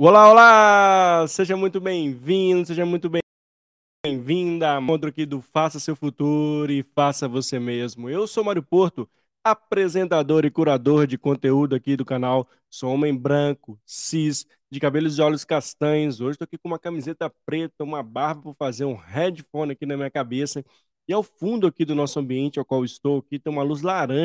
Olá, olá! Seja muito bem-vindo, seja muito bem-vinda. Montro aqui do Faça Seu Futuro e Faça Você Mesmo. Eu sou Mário Porto, apresentador e curador de conteúdo aqui do canal. Sou homem branco, cis, de cabelos e olhos castanhos. Hoje estou aqui com uma camiseta preta, uma barba para fazer um headphone aqui na minha cabeça. E ao fundo aqui do nosso ambiente ao qual estou aqui tem uma luz laranja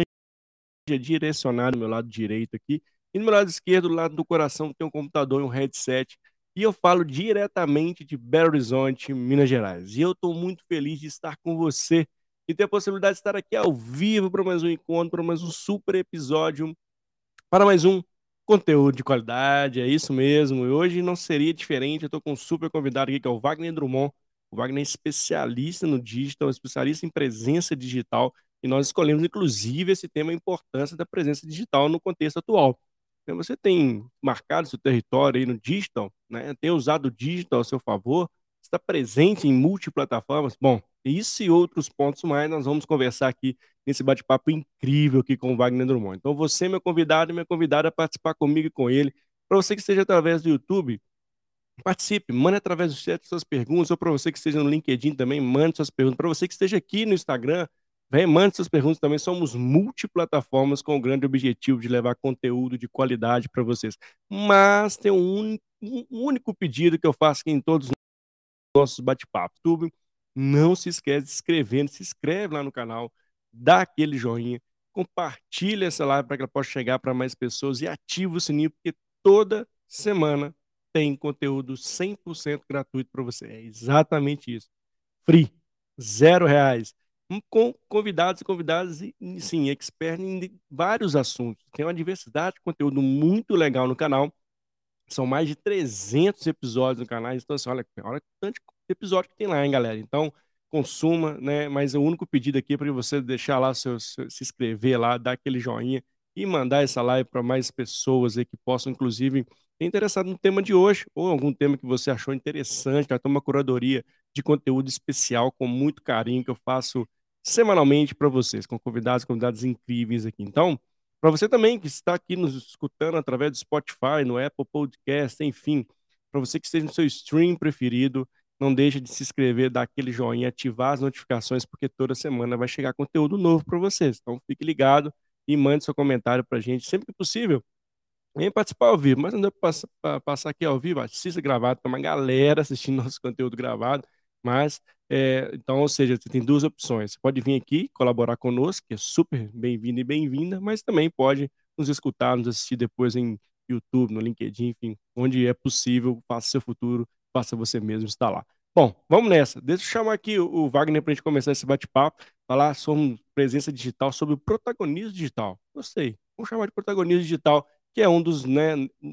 direcionado no meu lado direito aqui. E no meu lado esquerdo, do lado do coração, tem um computador e um headset. E eu falo diretamente de Belo Horizonte, Minas Gerais. E eu estou muito feliz de estar com você e ter a possibilidade de estar aqui ao vivo para mais um encontro, para mais um super episódio, para mais um conteúdo de qualidade. É isso mesmo. E hoje não seria diferente. Eu estou com um super convidado aqui, que é o Wagner Drummond. O Wagner é especialista no digital, especialista em presença digital. E nós escolhemos, inclusive, esse tema, a importância da presença digital no contexto atual. Então, você tem marcado seu território aí no digital, né? Tem usado o digital a seu favor, está presente em multiplataformas. Bom, isso e outros pontos mais nós vamos conversar aqui nesse bate-papo incrível aqui com o Wagner Drummond. Então, você, meu convidado e minha convidada, a participar comigo e com ele. Para você que esteja através do YouTube, participe, mande através do chat suas perguntas, ou para você que esteja no LinkedIn também, mande suas perguntas. Para você que esteja aqui no Instagram, vem, mande suas perguntas também. Somos multiplataformas com o grande objetivo de levar conteúdo de qualidade para vocês. Mas tem um único pedido que eu faço aqui em todos os nossos bate-papos. YouTube, não se esquece de se inscrever, se inscreve lá no canal, dá aquele joinha, compartilha essa live para que ela possa chegar para mais pessoas e ativa o sininho, porque toda semana tem conteúdo 100% gratuito para você. É exatamente isso. Free. R$ 0. Com convidados e convidadas, e sim, expert em vários assuntos. Tem uma diversidade de conteúdo muito legal no canal. São mais de 300 episódios no canal. Então, assim, olha o tanto de episódio que tem lá, hein, galera? Então, consuma, né? Mas o único pedido aqui é para você deixar lá, se inscrever lá, dar aquele joinha e mandar essa live para mais pessoas aí que possam, inclusive, ter interessado no tema de hoje ou algum tema que você achou interessante. Vai ter uma curadoria de conteúdo especial com muito carinho que eu faço semanalmente para vocês, com convidados incríveis aqui. Então, para você também que está aqui nos escutando através do Spotify, no Apple Podcast, enfim, para você que esteja no seu stream preferido, não deixe de se inscrever, dar aquele joinha, ativar as notificações, porque toda semana vai chegar conteúdo novo para vocês. Então fique ligado e mande seu comentário para a gente sempre que possível. Vem participar ao vivo, mas não deu para passar aqui ao vivo, assista gravado, tem uma galera assistindo nosso conteúdo gravado, mas, então, ou seja, você tem duas opções, você pode vir aqui colaborar conosco, que é super bem-vindo e bem-vinda, mas também pode nos escutar, nos assistir depois em YouTube, no LinkedIn, enfim, onde é possível, faça seu futuro, faça você mesmo estar lá. Bom, vamos nessa, deixa eu chamar aqui o Wagner para a gente começar esse bate-papo, falar sobre presença digital, sobre o protagonismo digital, gostei, vamos chamar de protagonismo digital, que é um dos, né,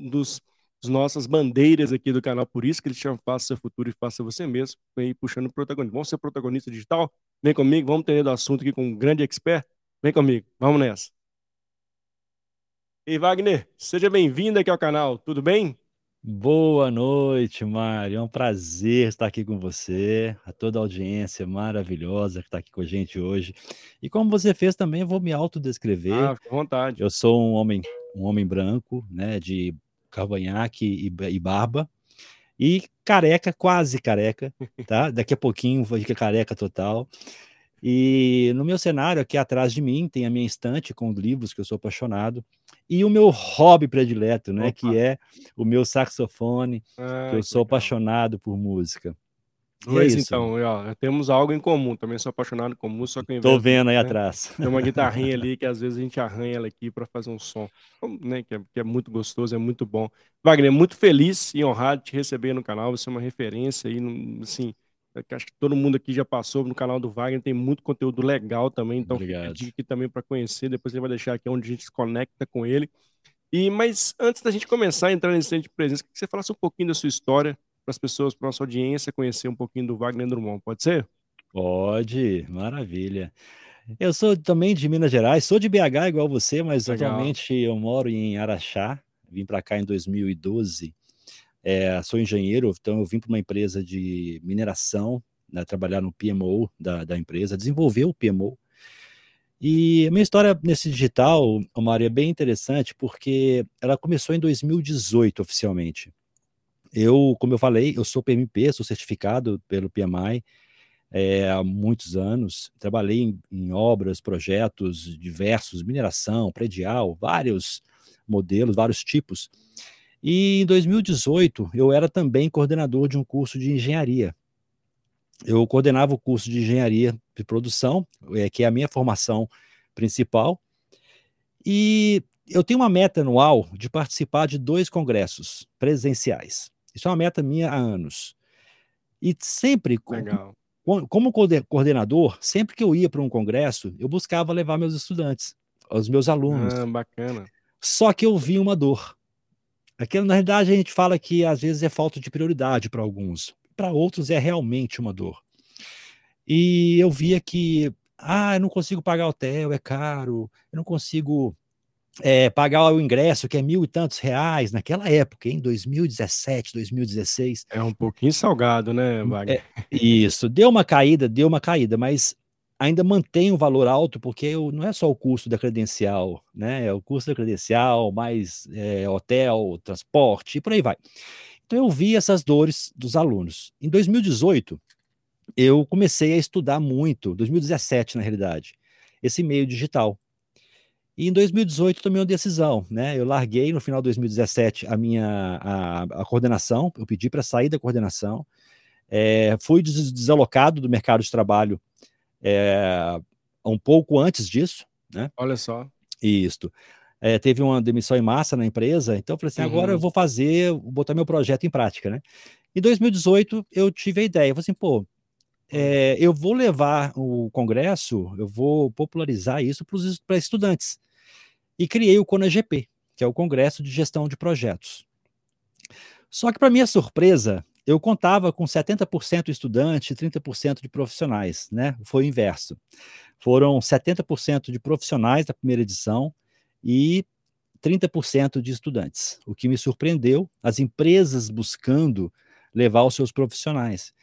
dos nossas bandeiras aqui do canal, por isso que ele chama Faça Seu Futuro e Faça Você Mesmo, vem puxando o protagonismo. Vamos ser protagonista digital? Vem comigo, vamos entender do assunto aqui com um grande expert? Vem comigo, vamos nessa. E Wagner, seja bem-vindo aqui ao canal, tudo bem? Boa noite, Mário. É um prazer estar aqui com você, a toda a audiência maravilhosa que está aqui com a gente hoje. E como você fez também, eu vou me autodescrever. Fica à vontade. Eu sou um homem branco, né, de cavanhaque e barba, e careca, quase careca, tá? Daqui a pouquinho vou ficar careca total. E no meu cenário, aqui atrás de mim, tem a minha estante com livros que eu sou apaixonado, e o meu hobby predileto, né, que Opa, é o meu saxofone, que eu que sou legal. apaixonado por música. E é Pois isso, então, ó, temos algo em comum, também sou apaixonado por música, só que ao tô invés do, vendo aí né, atrás. tem uma guitarrinha ali que às vezes a gente arranha ela aqui para fazer um som, né, que é muito gostoso, é muito bom. Wagner, muito feliz e honrado de te receber no canal. Você é uma referência aí, assim, acho que todo mundo aqui já passou no canal do Wagner, tem muito conteúdo legal também, então fica a Obrigado. dica aqui também para conhecer. Depois ele vai deixar aqui onde a gente se conecta com ele. Mas antes da gente começar a entrar nesse centro de presença, queria que você falasse um pouquinho da sua história para as pessoas, para nossa audiência, conhecer um pouquinho do Wagner Drummond, pode ser? Pode, maravilha. Eu sou também de Minas Gerais, sou de BH igual você, mas Legal. atualmente eu moro em Araxá, vim para cá em 2012. Sou engenheiro, então eu vim para uma empresa de mineração, né, trabalhar no PMO da empresa, desenvolver o PMO. E a minha história nesse digital, Maria, é bem interessante porque ela começou em 2018 oficialmente. Como eu falei, eu sou PMP, sou certificado pelo PMI há muitos anos. Trabalhei em obras, projetos diversos, mineração, predial, vários modelos, vários tipos. E em 2018, eu era também coordenador de um curso de engenharia. Eu coordenava o curso de engenharia de produção, que é a minha formação principal, e eu tenho uma meta anual de participar de 2 congressos presenciais. Isso é uma meta minha há anos. E sempre, Legal. como coordenador, sempre que eu ia para um congresso, eu buscava levar meus estudantes, os meus Ah, alunos. bacana. Só que eu vi uma dor. Aquilo, na realidade, a gente fala que às vezes é falta de prioridade para alguns, para outros é realmente uma dor. E eu via que, eu não consigo pagar hotel, é caro, eu não consigo pagar o ingresso, que é 1.000 e tantos reais, naquela época, em 2017, 2016. É um pouquinho salgado, né, É, Wagner? isso, deu uma caída, mas ainda mantém o valor alto, porque não é só o custo da credencial, né? É o custo da credencial, mais hotel, transporte, e por aí vai. Então eu vi essas dores dos alunos. Em 2018, eu comecei a estudar muito, 2017 na realidade, esse meio digital. E em 2018 tomei uma decisão, né? Eu larguei no final de 2017 a coordenação, eu pedi para sair da coordenação, fui desalocado do mercado de trabalho é, um pouco antes disso, né? Olha só. Isto. Teve uma demissão em massa na empresa, então eu falei assim, agora eu Uhum. vou botar meu projeto em prática, né? Em 2018 eu tive a ideia, eu falei assim, pô, eu vou levar o congresso, eu vou popularizar isso para estudantes. E criei o CONAGP, que é o Congresso de Gestão de Projetos. Só que, para minha surpresa, eu contava com 70% estudante e 30% de profissionais, né? Foi o inverso. Foram 70% de profissionais da primeira edição e 30% de estudantes, o que me surpreendeu, as empresas buscando levar os seus profissionais.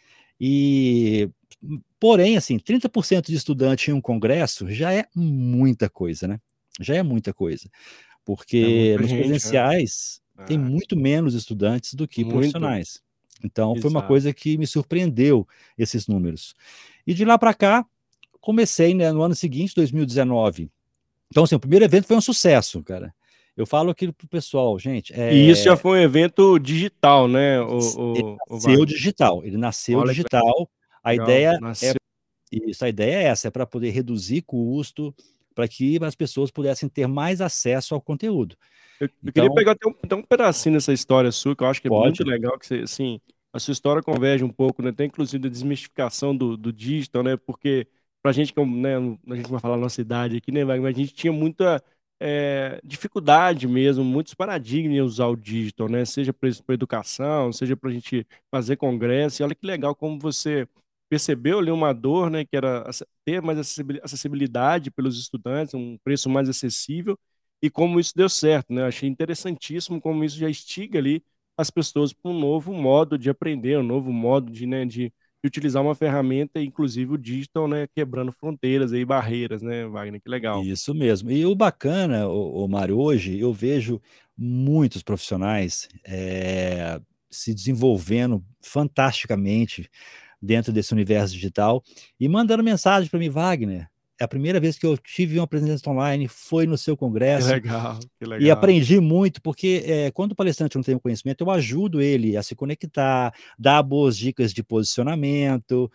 E, porém, assim, 30% de estudante em um congresso já é muita coisa, né? Já é muita coisa, É porque muita nos gente, né? presenciais tem Ah, muito menos estudantes do que muito. profissionais. Então, foi uma Exato. coisa que me surpreendeu, esses números. E de lá para cá, comecei, né, no ano seguinte, 2019. Então, assim, o primeiro evento foi um sucesso, cara. Eu falo aquilo pro pessoal, gente, E isso já foi um evento digital, né, ele o nasceu Wagner? digital, ele nasceu Olha que digital. A legal. ideia é Nasceu. isso, a ideia é essa, é para poder reduzir custo, para que as pessoas pudessem ter mais acesso ao conteúdo. Eu queria Então, pegar até um pedacinho dessa história sua, que eu acho que é muito pode. legal, que você, assim, a sua história converge um pouco, né, até inclusive da desmistificação do digital, né, porque pra gente que, né, a gente vai falar a nossa idade aqui, né, Wagner, mas a gente tinha muita dificuldade mesmo, muitos paradigmas em usar o digital, né, seja para educação, seja pra gente fazer congresso, e olha que legal como você percebeu ali uma dor, né, que era ter mais acessibilidade pelos estudantes, um preço mais acessível, e como isso deu certo, né? Eu achei interessantíssimo como isso já instiga ali as pessoas para um novo modo de aprender, um novo modo de, né, de utilizar uma ferramenta, inclusive o digital, né, quebrando fronteiras e barreiras, né, Wagner? Que legal. Isso mesmo. E o bacana, o Mário, hoje eu vejo muitos profissionais se desenvolvendo fantasticamente dentro desse universo digital e mandando mensagem para mim, Wagner. É a primeira vez que eu tive uma presença online, foi no seu Que congresso, legal, que e legal. aprendi muito, porque quando o palestrante não tem o conhecimento, eu ajudo ele a se conectar, dar boas dicas de posicionamento,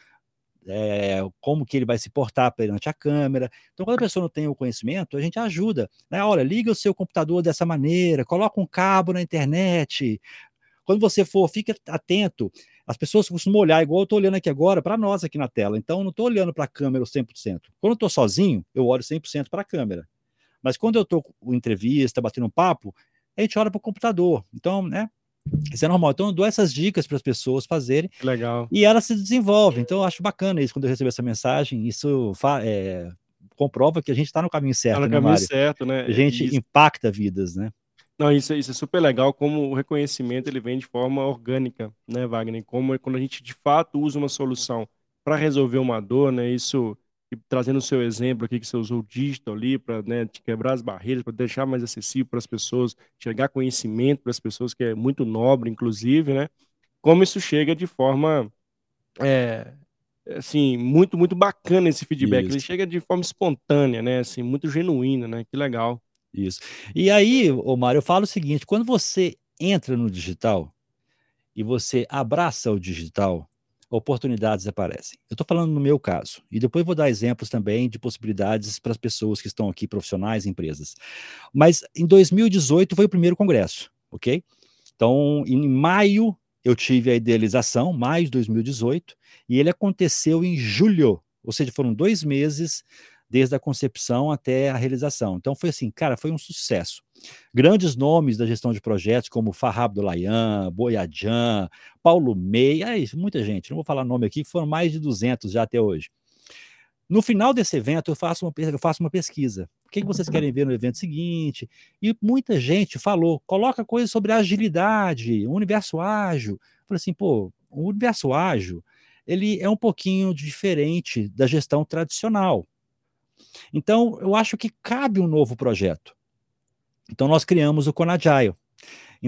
como que ele vai se portar perante a câmera. Então, quando a pessoa não tem o conhecimento, a gente ajuda, né? Olha, liga o seu computador dessa maneira, coloca um cabo na internet. Quando você for, fique atento. As pessoas costumam olhar, igual eu estou olhando aqui agora, para nós aqui na tela. Então, eu não estou olhando para a câmera 100%. Quando eu estou sozinho, eu olho 100% para a câmera. Mas quando eu estou com entrevista, batendo um papo, a gente olha para o computador. Então, né? Isso é normal. Então, eu dou essas dicas para as pessoas fazerem Que legal. e ela se desenvolve. Então, eu acho bacana isso, quando eu recebo essa mensagem. Isso comprova que a gente está no caminho Tá no certo, né, caminho Mário? certo, A né? gente impacta vidas, né? Não, isso é super legal, como o reconhecimento ele vem de forma orgânica, né, Wagner? Como quando a gente de fato usa uma solução para resolver uma dor, né? Isso, e trazendo o seu exemplo aqui, que você usou o digital ali para, né, te quebrar as barreiras, para deixar mais acessível para as pessoas, chegar conhecimento para as pessoas, que é muito nobre, inclusive, né? como isso chega de forma, é, assim, muito, muito bacana esse feedback. Ele Isso, chega de forma espontânea, né? Assim, muito genuína, né? Que legal. isso. E aí, ô Mário, eu falo o seguinte: quando você entra no digital e você abraça o digital, oportunidades aparecem. Eu estou falando no meu caso, e depois vou dar exemplos também de possibilidades para as pessoas que estão aqui, profissionais, empresas. Mas em 2018 foi o primeiro congresso, ok? Então, em maio, eu tive a idealização, maio de 2018, e ele aconteceu em julho, ou seja, foram 2 meses desde a concepção até a realização. Então, foi assim, cara, foi um sucesso. Grandes nomes da gestão de projetos, como Farrab Dolayan, Boyajan, Paulo Mei, é isso, muita gente, não vou falar nome aqui, foram mais de 200 já até hoje. No final desse evento, eu faço uma pesquisa. O que vocês querem ver no evento seguinte? E muita gente falou, coloca coisas sobre agilidade, o universo ágil. Eu falei assim, pô, o universo ágil, ele é um pouquinho diferente da gestão tradicional. Então, eu acho que cabe um novo projeto. Então, nós criamos o Conagile. Em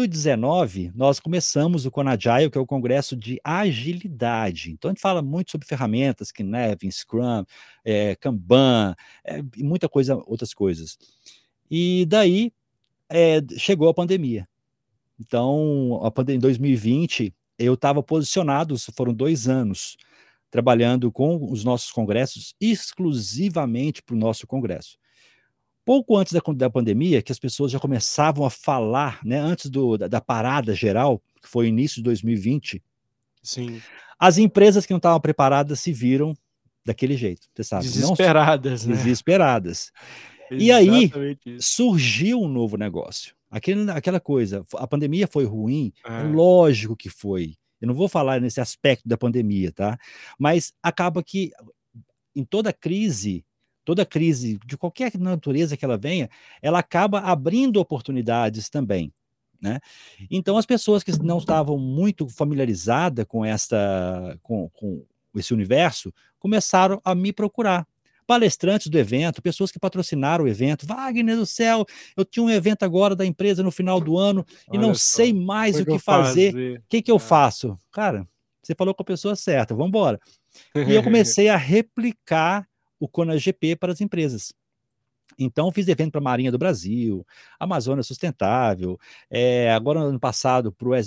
2019, nós começamos o Conagile, que é o Congresso de Agilidade. Então, a gente fala muito sobre ferramentas, Knevin, Scrum, Kanban, e muita coisa, outras coisas. E daí chegou a pandemia. Então, em 2020, eu estava posicionado, foram 2 anos, trabalhando com os nossos congressos, exclusivamente para o nosso congresso. Pouco antes da pandemia, que as pessoas já começavam a falar, né, antes da parada geral, que foi início de 2020, Sim. as empresas que não estavam preparadas se viram daquele jeito, você sabe, não Desesperadas, né? desesperadas. E aí Exatamente isso. surgiu um novo negócio. Aquela coisa, a pandemia foi ruim, é É, lógico que foi. Eu não vou falar nesse aspecto da pandemia, tá? Mas acaba que em toda crise de qualquer natureza que ela venha, ela acaba abrindo oportunidades também, né? Então as pessoas que não estavam muito familiarizadas com com esse universo começaram a me procurar. Palestrantes do evento, pessoas que patrocinaram o evento. Wagner do céu, eu tinha um evento agora da empresa no final do ano e não olha sei só. mais Como é o que eu que fazer. O fazer? que eu faço? Cara, você falou com a pessoa certa, vamos embora. E eu comecei a replicar o CONAGP para as empresas. Então, fiz evento para a Marinha do Brasil, Amazônia Sustentável, agora, ano passado, para o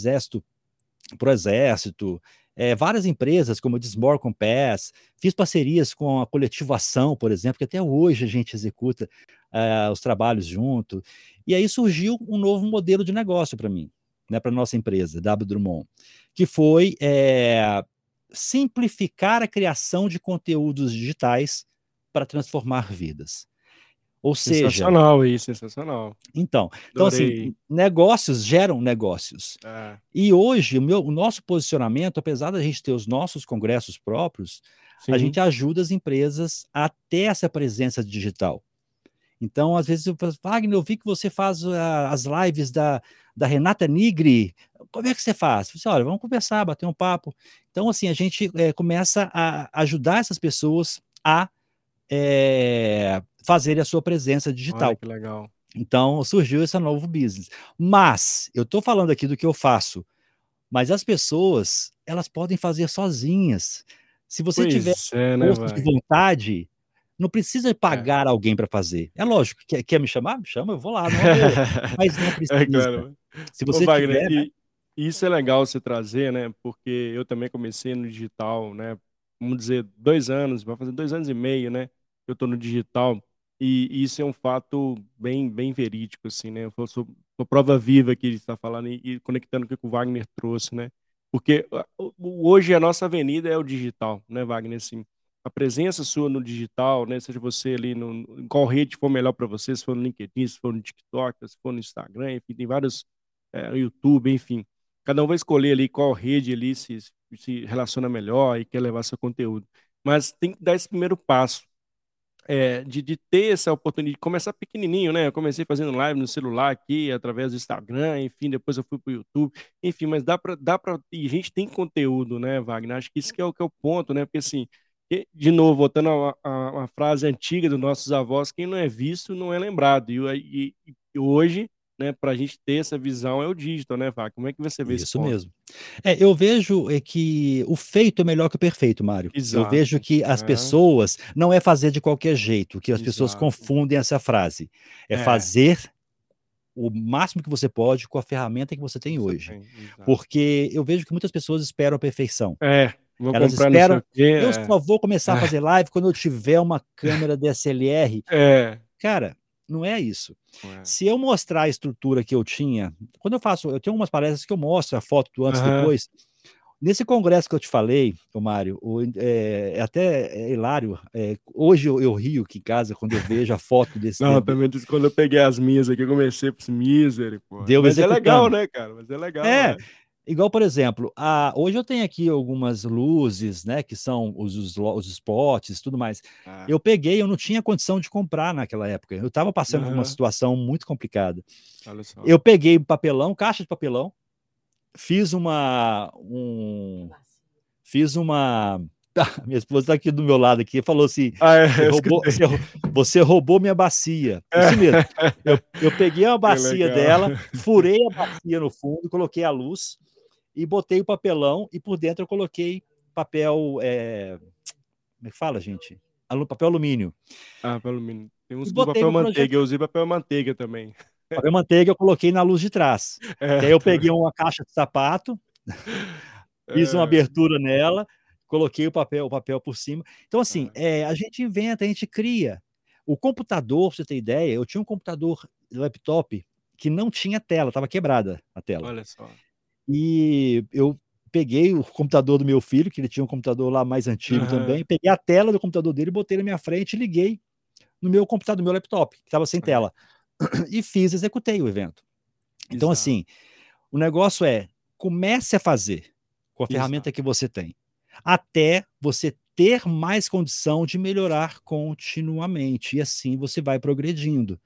Exército, várias empresas, como a Dismore Compass, fiz parcerias com a Coletivação, por exemplo, que até hoje a gente executa os trabalhos junto. E aí surgiu um novo modelo de negócio para mim, né, para a nossa empresa, W Drummond, que foi simplificar a criação de conteúdos digitais para transformar vidas. Ou seja, Sensacional isso, sensacional. então assim, Adorei. negócios geram negócios. É, E hoje, o nosso posicionamento, apesar da gente ter os nossos congressos próprios, a sim. gente ajuda as empresas a ter essa presença digital. Então, às vezes, eu falo, Wagner, eu vi que você faz as lives da Renata Nigri. Como é que você faz? Eu falei, assim, olha, vamos conversar, bater um papo. Então, assim, a gente começa a ajudar essas pessoas a fazer a sua presença Olha digital. que legal. Então, surgiu esse novo business. Mas, eu estou falando aqui do que eu faço, mas as pessoas, elas podem fazer sozinhas. Se você tiver Pois é, né, força de Wagner? vontade, não precisa É. pagar alguém para fazer. É lógico, quer me chamar? Me chama, eu vou lá, numa boa. Mas não É precisa. claro. Se Ô, você Wagner, tiver, né? e isso é legal você trazer, né? Porque eu também comecei no digital, né? Vamos dizer, 2 anos, vai fazer 2 anos e meio, né? Que eu tô no digital. E isso é um fato bem, bem verídico, assim, né? Sou prova viva que ele está falando e conectando com o que o Wagner trouxe, né? Porque hoje a nossa avenida é o digital, né, Wagner? Assim, a presença sua no digital, né? Seja você ali em qual rede for melhor para você, se for no LinkedIn, se for no TikTok, se for no Instagram, enfim, tem vários, no YouTube, enfim. Cada um vai escolher ali qual rede ali se relaciona melhor e quer levar seu conteúdo. Mas tem que dar esse primeiro passo, de ter essa oportunidade de começar pequenininho, né? Eu comecei fazendo live no celular aqui, através do Instagram, enfim, depois eu fui pro YouTube, enfim, mas e a gente tem conteúdo, né, Wagner? Acho que isso que é o ponto, né? Porque assim, de novo, voltando a uma frase antiga dos nossos avós, quem não é visto não é lembrado. E hoje né, para a gente ter essa visão é o digital, né, Wagner? Como é que você vê esse Isso ponto? mesmo. Eu vejo que o feito é melhor que o perfeito, Mário. Eu vejo Exato. que as É, pessoas não é fazer de qualquer jeito, que as pessoas exato. confundem essa frase. É É, fazer o máximo que você pode com a ferramenta que você que tem você hoje. tem, exato. Porque eu vejo que muitas pessoas esperam a perfeição. É, vou Elas comprar não sei esperam, o quê, eu é. só vou começar a fazer live quando eu tiver uma câmera DSLR. É, Cara, não é isso. não é. Se eu mostrar a estrutura que eu tinha, quando eu tenho umas palestras que eu mostro a foto do antes e Aham. depois. Nesse congresso que eu te falei, ô Mário, é até hilário. Hoje eu rio aqui em casa quando eu vejo a foto desse. Não, também disse quando eu peguei as minhas aqui, eu comecei por misericórdia. Deu Mas é legal, executando. né, cara? Mas é legal, É, é. igual, por exemplo, hoje eu tenho aqui algumas luzes, né, que são os spots, tudo mais. É. Eu não tinha condição de comprar naquela época. Eu estava passando por uma Aham. situação muito complicada. Olha só. Eu peguei papelão, caixa de papelão, fiz uma, um, fiz uma. Minha esposa está aqui do meu lado aqui, falou assim: Ah, é, você eu roubou, escutei. você roubou minha bacia. Isso mesmo. É. Eu peguei a Que bacia legal. dela, furei a bacia no fundo, coloquei a luz e botei o papelão e por dentro eu coloquei papel. Como é que fala, gente? Papel alumínio. Ah, pelo menos. Tem E uns do botei papel para manteiga, eu projetar. usei papel manteiga também. Papel manteiga eu coloquei na luz de trás. Que É, aí eu também. peguei uma caixa de sapato, fiz uma É, abertura nela, coloquei o papel por cima. Então, assim, é. a gente inventa, a gente cria. O computador, pra você ter ideia, eu tinha um computador laptop que não tinha tela, estava quebrada a tela. Olha só. E eu peguei o computador do meu filho, que ele tinha um computador lá mais antigo Aham. também, peguei a tela do computador dele, botei na minha frente e liguei no meu computador, no meu laptop, que estava sem É, tela. E executei o evento. Então, exato, assim, o negócio comece a fazer com a exato. ferramenta que você tem, até você ter mais condição de melhorar continuamente, e assim você vai progredindo.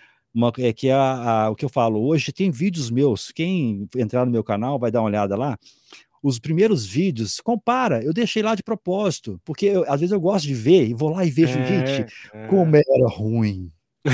Que é o que eu falo, hoje tem vídeos meus, quem entrar no meu canal vai dar uma olhada lá, os primeiros vídeos, compara, eu deixei lá de propósito, porque às vezes eu gosto de ver, e vou lá e vejo, gente, É, como é. era ruim.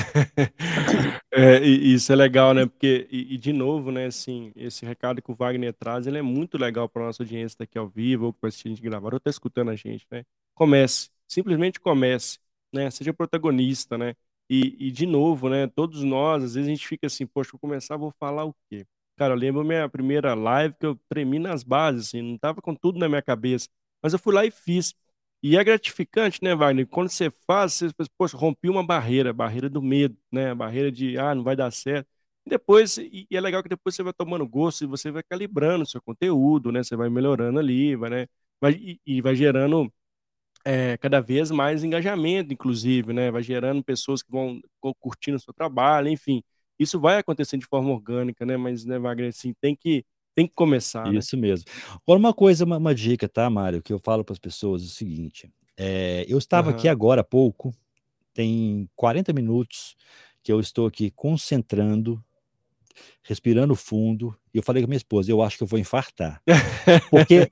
É, e isso é legal, né? Porque, de novo, né, assim, esse recado que o Wagner traz, ele é muito legal para nossa audiência daqui ao vivo, ou que vai assistir a gente gravar, ou tá escutando a gente, né? Comece, simplesmente comece, né? Seja protagonista, né? De novo, né, todos nós, às vezes a gente fica assim, poxa, vou começar, vou falar o quê? Cara, eu lembro minha primeira live que eu tremi nas bases, assim, não tava com tudo na minha cabeça, mas eu fui lá e fiz. E é gratificante, né, Wagner? Quando você faz, você pensa, poxa, rompi uma barreira, barreira do medo, né? A barreira de, não vai dar certo. E depois, e é legal que depois você vai tomando gosto e você vai calibrando o seu conteúdo, né? Você vai melhorando ali, vai, né? E vai gerando cada vez mais engajamento, inclusive, né? Vai gerando pessoas que vão curtindo o seu trabalho, enfim. Isso vai acontecendo de forma orgânica, né? Mas, né, Wagner, assim, tem que começar, né? Isso mesmo. Agora, uma coisa, uma dica, tá, Mário, que eu falo para as pessoas é o seguinte: eu estava aqui Aham. agora há pouco, tem 40 minutos que eu estou aqui concentrando, respirando fundo, e eu falei com a minha esposa, eu acho que eu vou infartar. Porque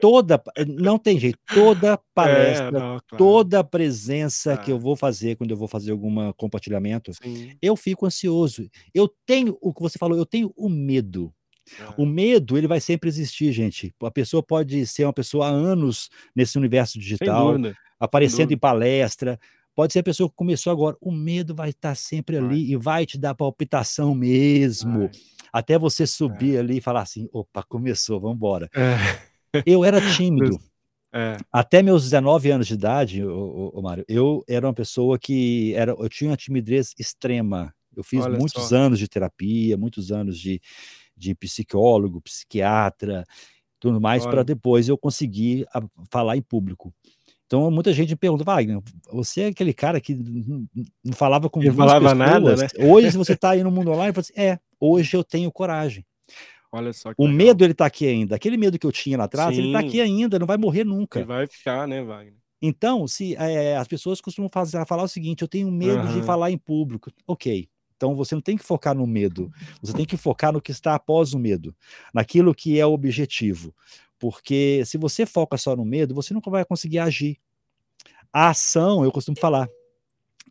não tem jeito, toda É, palestra, não, claro. toda presença que eu É, vou fazer, quando eu vou fazer algum compartilhamento, sim. eu fico ansioso. Eu tenho, o que você falou, eu tenho o medo. O É. medo, ele vai sempre existir, gente. A pessoa pode ser uma pessoa há anos nesse universo Sem digital, dúvida, sem aparecendo em dúvida. palestra. Pode ser a pessoa que começou agora. O medo vai estar sempre Vai, ali e vai te dar palpitação mesmo, vai. até você subir É. ali e falar assim: opa, começou, vamos embora. É. Eu era tímido. É, Até meus 19 anos de idade, Mário, eu era uma pessoa eu tinha uma timidez extrema. Eu fiz olha muitos só. anos de terapia, muitos anos de psicólogo, psiquiatra, tudo mais, para Olha, depois eu conseguir falar em público. Então, muita gente me pergunta, Wagner, você é aquele cara que não falava com quem duas falava nada, pessoas, né. hoje você está aí no mundo online? Eu falo assim, hoje eu tenho coragem. Olha só que O legal. medo, ele está aqui ainda. Aquele medo que eu tinha lá atrás, ele está aqui Sim, ainda, não vai morrer e nunca. vai ficar, né, Wagner. Então, se as pessoas costumam falar o seguinte: eu tenho medo de Aham. falar em público. Ok. Então você não tem que focar no medo, você tem que focar no que está após o medo, naquilo que é o objetivo. Porque se você foca só no medo, você nunca vai conseguir agir. A ação, eu costumo falar,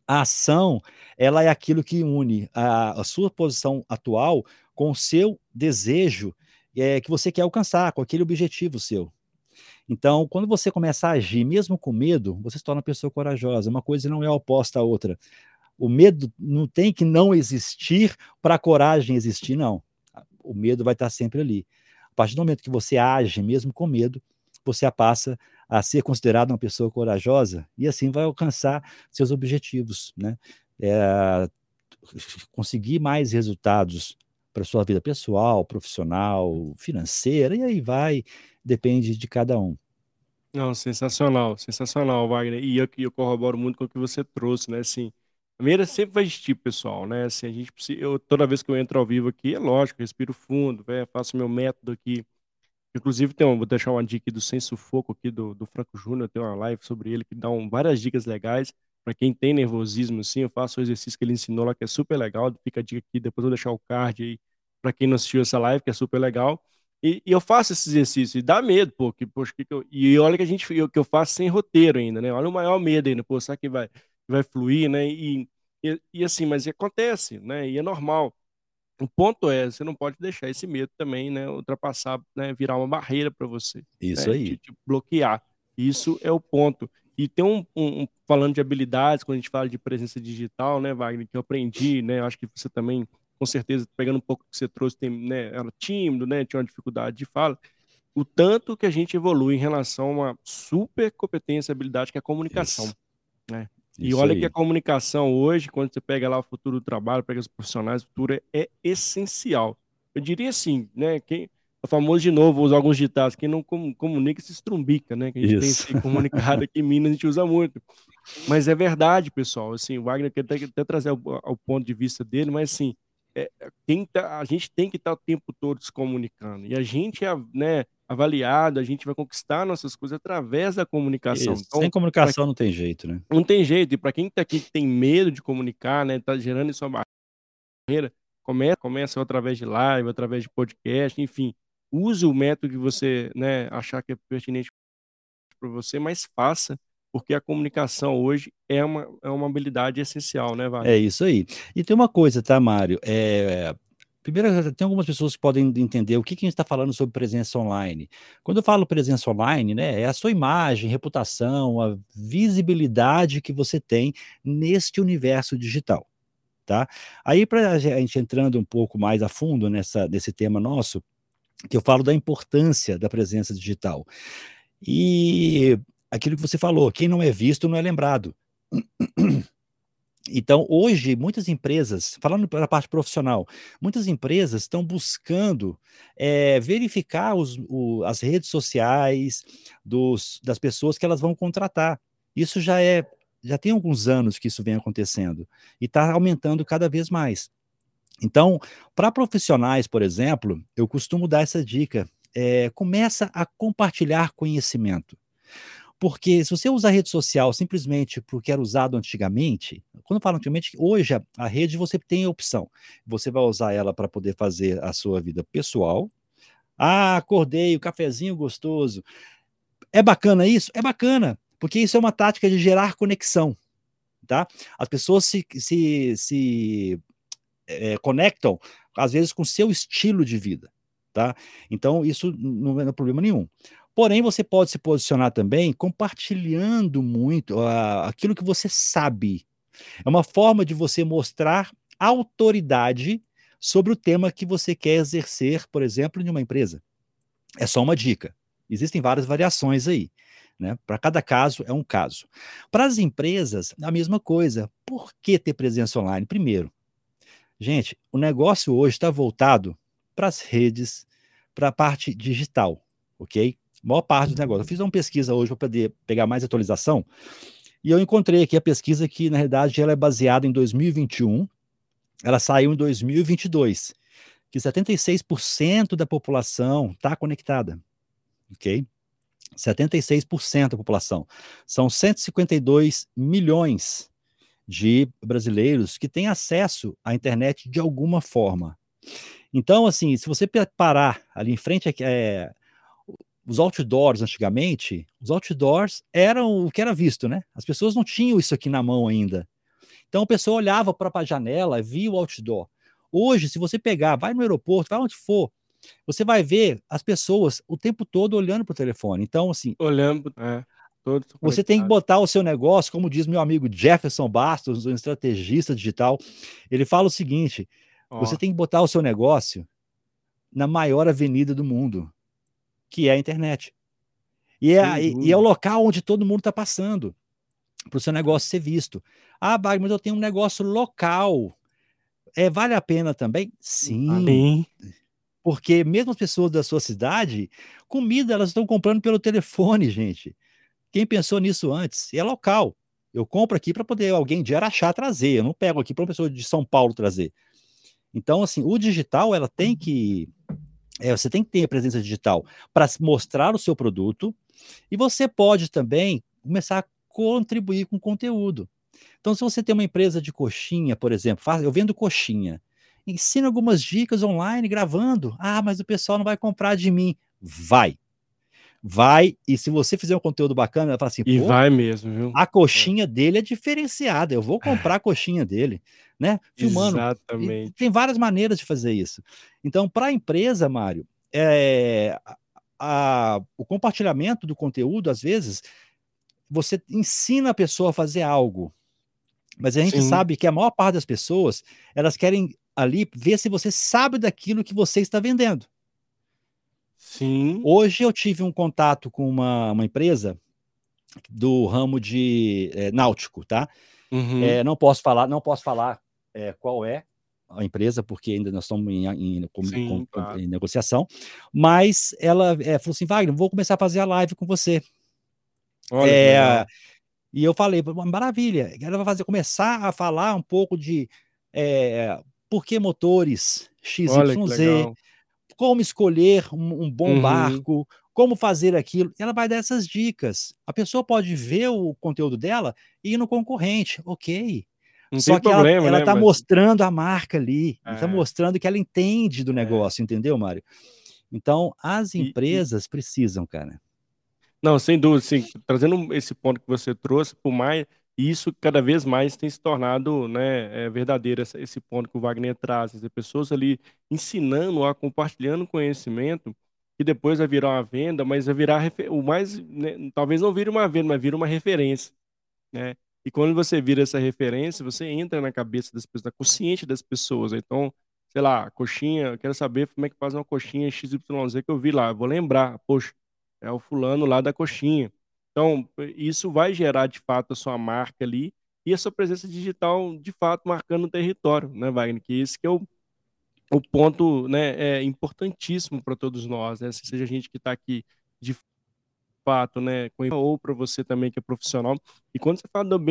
A ação, ela é aquilo que une a sua posição atual com o seu desejo que você quer alcançar, com aquele objetivo seu. Então, quando você começa a agir, mesmo com medo, você se torna uma pessoa corajosa. Uma coisa não é oposta à outra. O medo não tem que não existir para a coragem existir, não. O medo vai estar sempre ali. A partir do momento que você age, mesmo com medo, você passa a ser considerado uma pessoa corajosa e assim vai alcançar seus objetivos, né? É, conseguir mais resultados para sua vida pessoal, profissional, financeira, e aí vai, depende de cada um. Não, sensacional, sensacional, Wagner. E eu corroboro muito com o que você trouxe, né? Assim, a Meira sempre vai existir, pessoal, né? Assim, a gente precisa, toda vez que eu entro ao vivo aqui, é lógico, respiro fundo, faço meu método aqui. Inclusive, vou deixar uma dica aqui do Sem Sufoco aqui do Franco Júnior, tem uma live sobre ele que dá várias dicas legais. Para quem tem nervosismo, assim, eu faço o exercício que ele ensinou lá, que é super legal. Fica a dica aqui, depois eu vou deixar o card aí para quem não assistiu essa live, que é super legal. E eu faço esse exercício e dá medo, pô, poxa, e olha que que eu faço sem roteiro ainda, né? Olha o maior medo ainda, pô, será que vai fluir, né? E assim, mas acontece, né? E é normal. O ponto é, você não pode deixar esse medo também, né, ultrapassar, né, virar uma barreira para você, Isso né, aí. te bloquear. Isso é o ponto. E tem falando de habilidades, quando a gente fala de presença digital, né, Wagner, que eu aprendi, né, acho que você também, com certeza, pegando um pouco do que você trouxe, né, era tímido, né, tinha uma dificuldade de fala, o tanto que a gente evolui em relação a uma super competência, habilidade que é a comunicação, Isso. né? E Isso olha que a aí. comunicação hoje, quando você pega lá o futuro do trabalho, pega os profissionais, o futuro é essencial. Eu diria assim, né? Quem é famoso de novo, vou usar alguns ditados, quem não comunica se estrumbica, né? Que a gente tem Isso. esse comunicado aqui em Minas, a gente usa muito. Mas é verdade, pessoal. Assim, o Wagner quer até trazer ao ponto de vista dele, mas assim, a gente tem que estar o tempo todo se comunicando. E a gente é, né, avaliado, a gente vai conquistar nossas coisas através da comunicação. Isso. Sem Então, pra comunicação não tem jeito, né? não tem jeito. E para quem está aqui que tem medo de comunicar, né, tá gerando isso uma barreira, começa através de live, através de podcast, enfim, use o método que você, né, achar que é pertinente para você, mas faça, porque a comunicação hoje é uma habilidade essencial, né, É Wagner? isso aí. E tem uma coisa, tá, Mário? Primeiro, tem algumas pessoas que podem entender o que que a gente está falando sobre presença online. Quando eu falo presença online, né, é a sua imagem, reputação, a visibilidade que você tem neste universo digital, tá? Aí, para a gente entrando um pouco mais a fundo nesse tema nosso, que eu falo da importância da presença digital. E aquilo que você falou, quem não é visto não é lembrado. Então, hoje, muitas empresas, falando pela parte profissional, muitas empresas estão buscando verificar as redes sociais das pessoas que elas vão contratar. Isso já tem alguns anos que isso vem acontecendo e está aumentando cada vez mais. Então, para profissionais, por exemplo, eu costumo dar essa dica. Começa a compartilhar conhecimento. Porque se você usa a rede social simplesmente porque era usado antigamente, quando eu falo antigamente, hoje a rede você tem a opção. Você vai usar ela para poder fazer a sua vida pessoal. Ah, acordei, o cafezinho gostoso. É bacana isso? É bacana, porque isso é uma tática de gerar conexão, tá? As pessoas se conectam, às vezes, com o seu estilo de vida, tá? Então, isso não é problema nenhum. Porém, você pode se posicionar também compartilhando muito aquilo que você sabe. É uma forma de você mostrar autoridade sobre o tema que você quer exercer, por exemplo, em uma empresa. É só uma dica. Existem várias variações aí. Né? Para cada caso é um caso. Para as empresas, a mesma coisa. Por que ter presença online? Primeiro, gente, o negócio hoje está voltado para as redes, para a parte digital, ok? A maior parte do negócio. Eu fiz uma pesquisa hoje para poder pegar mais atualização e eu encontrei aqui a pesquisa que, na realidade, ela é baseada em 2021, ela saiu em 2022, que 76% da população está conectada, ok? 76% da população. São 152 milhões de brasileiros que têm acesso à internet de alguma forma. Então, assim, se você parar ali em frente, os outdoors antigamente, os outdoors eram o que era visto, né? As pessoas não tinham isso aqui na mão ainda. Então a pessoa olhava para a janela, via o outdoor. Hoje, se você pegar, vai no aeroporto, vai onde for, você vai ver as pessoas o tempo todo olhando para o telefone. Então, assim, Olhando, todos você tem que conectados. botar o seu negócio, como diz meu amigo Jefferson Bastos, um estrategista digital, ele fala o seguinte: você Ó, tem que botar o seu negócio na maior avenida do mundo, que é a internet. sem E é o dúvida. local onde todo mundo está passando para o seu negócio ser visto. Ah, Wagner, mas eu tenho um negócio local. Vale a pena também? Sim, Além, porque mesmo as pessoas da sua cidade, comida elas estão comprando pelo telefone, gente. Quem pensou nisso antes? E é local. Eu compro aqui para poder alguém de Araxá trazer. Eu não pego aqui para uma pessoa de São Paulo trazer. Então, assim, o digital, ela tem que. Você tem que ter a presença digital para mostrar o seu produto e você pode também começar a contribuir com conteúdo. Então, se você tem uma empresa de coxinha, por exemplo, eu vendo coxinha, ensina algumas dicas online gravando. Ah, mas o pessoal não vai comprar de mim. Vai, e se você fizer um conteúdo bacana, ela fala assim, e pô, vai mesmo, viu? a coxinha dele é diferenciada, eu vou comprar a coxinha dele, né? Filmando. E tem Exatamente. várias maneiras de fazer isso. Então, para a empresa, Mário, o compartilhamento do conteúdo, às vezes, você ensina a pessoa a fazer algo, mas a gente Sim, sabe que a maior parte das pessoas, elas querem ali ver se você sabe daquilo que você está vendendo. sim. Hoje eu tive um contato com uma empresa do ramo de náutico, tá? Uhum. Não posso falar qual é a empresa, porque ainda nós estamos Sim, claro. em negociação, mas ela falou assim, Wagner, vou começar a fazer a live com você. Olha que É, legal. e eu falei, maravilha, ela vai começar a falar um pouco de por que motores Olha que XYZ, legal. como escolher um bom Uhum. barco, como fazer aquilo. Ela vai dar essas dicas. A pessoa pode ver o conteúdo dela e ir no concorrente, ok. Não tem Só que ela problema, né? está Mas mostrando a marca ali, está é, mostrando que ela entende do é. negócio, entendeu, Mário? Então, as E empresas precisam, cara. não, sem dúvida, sim. Trazendo esse ponto que você trouxe, por mais isso cada vez mais tem se tornado, né, verdadeiro esse ponto que o Wagner traz, as pessoas ali ensinando, compartilhando conhecimento, que depois vai virar uma venda, mas vai virar o mais, né, talvez não vire uma venda, mas vira uma referência, né? E quando você vira essa referência, você entra na cabeça das pessoas, na consciente das pessoas. Então, sei lá, coxinha, eu quero saber como é que faz uma coxinha XYZ que eu vi lá. Eu vou lembrar, poxa, é o fulano lá da coxinha. Então, isso vai gerar de fato a sua marca ali e a sua presença digital de fato marcando o território, né, Wagner? Que esse que é o ponto, né, importantíssimo para todos nós, né? Seja a gente que está aqui de fato, né, ou para você também que é profissional. E quando você fala do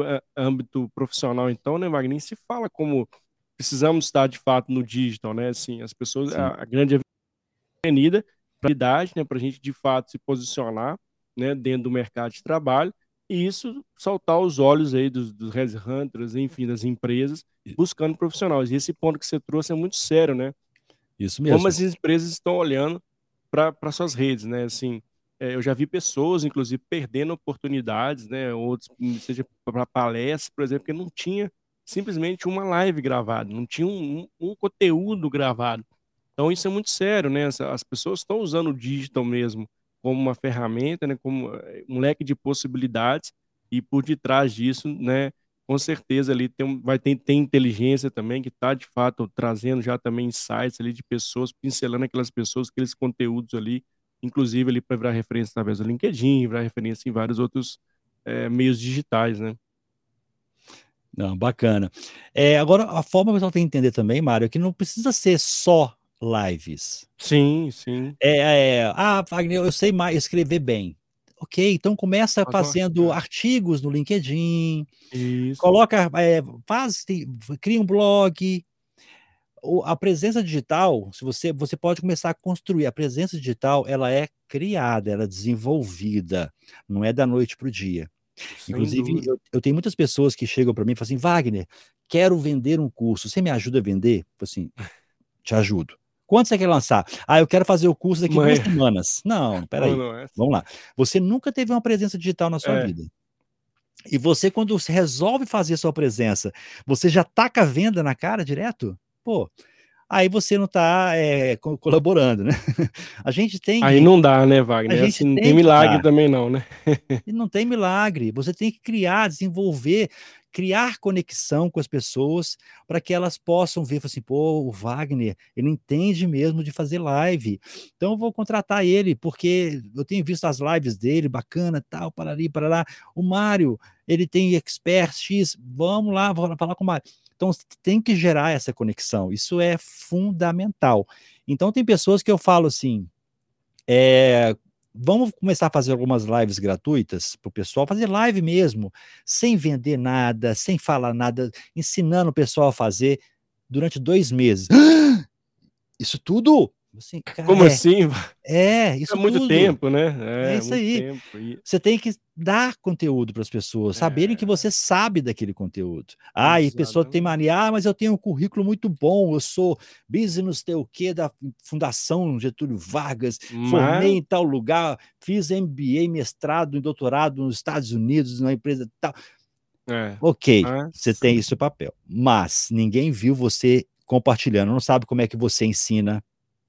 âmbito profissional, então, né, Wagner, nem se fala como precisamos estar de fato no digital, né? Assim, as pessoas, Sim. a grande avenida para né, para a gente de fato se posicionar, né, dentro do mercado de trabalho e isso saltar os olhos aí dos headhunters, enfim, das empresas buscando profissionais. E esse ponto que você trouxe é muito sério, né? Isso Como mesmo. as empresas estão olhando para suas redes, né? Assim, eu já vi pessoas, inclusive, perdendo oportunidades, né? Outros, seja para palestras, por exemplo, que não tinha simplesmente uma live gravada, não tinha um conteúdo gravado. Então isso é muito sério, né? As pessoas estão usando o digital mesmo como uma ferramenta, né? Como um leque de possibilidades e por detrás disso, né? Com certeza ali tem inteligência também que está de fato trazendo já também insights ali de pessoas, pincelando aquelas pessoas, aqueles conteúdos ali, inclusive ali para virar referência através do LinkedIn, virar referência em vários outros meios digitais, né? Não, bacana. Agora, a forma que eu tenho que entender também, Mário, é que não precisa ser só lives. Sim, sim. Wagner, eu sei mais escrever bem. Ok, então começa Faz uma- fazendo artigos no LinkedIn, Isso. coloca, cria um blog. A presença digital, se você pode começar a construir. A presença digital, ela é criada, ela é desenvolvida, não é da noite para o dia. Sem Inclusive, dúvida. eu tenho muitas pessoas que chegam para mim e falam assim: Wagner, quero vender um curso, você me ajuda a vender? Eu falo assim, te ajudo. Quando você quer lançar? Eu quero fazer o curso daqui 2 Mas semanas. Não, não, peraí. não é Vamos assim. lá. Você nunca teve uma presença digital na sua É, vida. E você, quando você resolve fazer a sua presença, você já taca a venda na cara direto? Pô, aí você não está colaborando, né? A gente tem Aí que, não dá, né, a Wagner? gente Assim, não tem tem que milagre dar. também não, né? E não tem milagre. Você tem que criar, desenvolver, criar conexão com as pessoas para que elas possam ver, falar assim, pô, o Wagner, ele entende mesmo de fazer live. Então eu vou contratar ele, porque eu tenho visto as lives dele, bacana, tal, parari, parará. O Mário, ele tem expert X, vamos lá, vou falar com o Mário. Então tem que gerar essa conexão. Isso é fundamental. Então tem pessoas que eu falo assim, é, vamos começar a fazer algumas lives gratuitas para o pessoal, fazer live mesmo, sem vender nada, sem falar nada, ensinando o pessoal a fazer durante 2 meses. Isso tudo? Assim, cara, Como assim? É isso muito tudo. tempo, É né? É isso muito aí. tempo. Você tem que dar conteúdo para as pessoas, saberem que É, você sabe daquele conteúdo. Ah, e a pessoa tem exatamente. mania, mas eu tenho um currículo muito bom, eu sou business sei o quê da Fundação Getúlio Vargas, formei Mas, em tal lugar, fiz MBA, mestrado e doutorado nos Estados Unidos, numa empresa tal. é, Ok, você mas tem isso no papel, mas ninguém viu você compartilhando, não sabe como é que você ensina.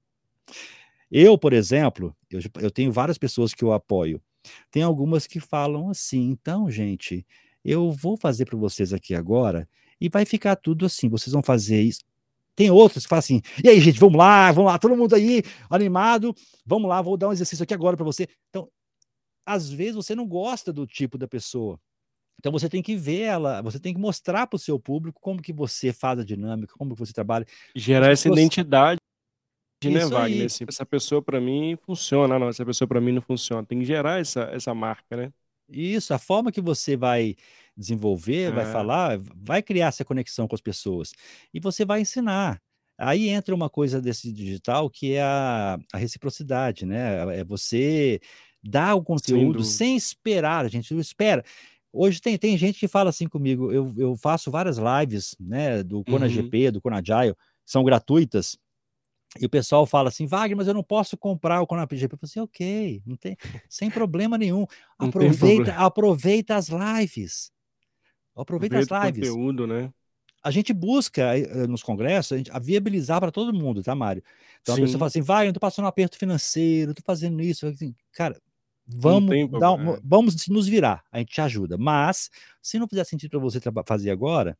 Eu, por exemplo, eu tenho várias pessoas que eu apoio. Tem algumas que falam assim: então, gente, eu vou fazer para vocês aqui agora e vai ficar tudo assim. Vocês vão fazer isso. Tem outros que falam assim: e aí, gente, vamos lá, todo mundo aí, animado, vamos lá, vou dar um exercício aqui agora para você. Então, às vezes você não gosta do tipo da pessoa. Então você tem que ver ela, você tem que mostrar para o seu público como que você faz a dinâmica, como que você trabalha. As gerar essa pessoas. identidade, né, Isso Wagner? aí. Assim, essa pessoa para mim funciona, não, essa pessoa para mim não funciona. Tem que gerar essa marca, né? Isso, a forma que você vai desenvolver, vai É, falar, vai criar essa conexão com as pessoas. E você vai ensinar. Aí entra uma coisa desse digital que é a reciprocidade, né? É você dar o sem conteúdo dúvida. sem esperar, a gente não espera. Hoje tem gente que fala assim comigo, eu faço várias lives, né, do Kona Uhum. GP, do Kona Agile, são gratuitas, e o pessoal fala assim, Wagner, mas eu não posso comprar o ConaPGP. Eu falo assim, ok, não tem, sem problema nenhum. Não tem Aproveita, problema. aproveita as lives. Aproveita as Aproveita o lives. conteúdo, né? A gente busca nos congressos a viabilizar para todo mundo, tá, Mário? Então a pessoa fala Sim, assim, vai, eu estou passando um aperto financeiro, estou fazendo isso. Eu falo assim, cara, não vamos tem problema. vamos nos virar, a gente te ajuda. Mas, se não fizer sentido para você fazer agora,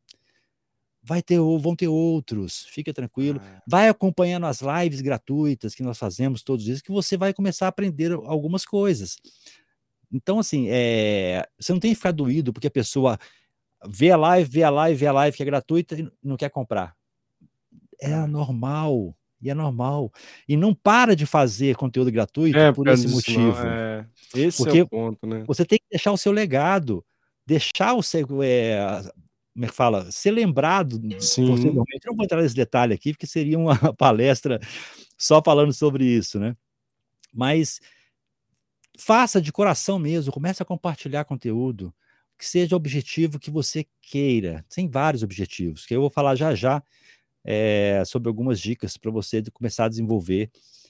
vão ter outros, fica tranquilo. Ah, Vai acompanhando as lives gratuitas que nós fazemos todos os dias, que você vai começar a aprender algumas coisas. Então, assim, você não tem que ficar doído porque a pessoa vê a live, vê a live, vê a live que é gratuita e não quer comprar. É é. normal, e é normal. E não para de fazer conteúdo gratuito É, por por causa esse disso não. motivo, É, esse é o porque ponto, né? você tem que deixar o seu legado, deixar o seu, como é que fala, ser lembrado Sim, possivelmente. Eu não vou entrar nesse detalhe aqui, porque seria uma palestra só falando sobre isso, né? Mas faça de coração mesmo, comece a compartilhar conteúdo, que seja o objetivo que você queira. Tem vários objetivos, que eu vou falar já já sobre algumas dicas para você começar a desenvolver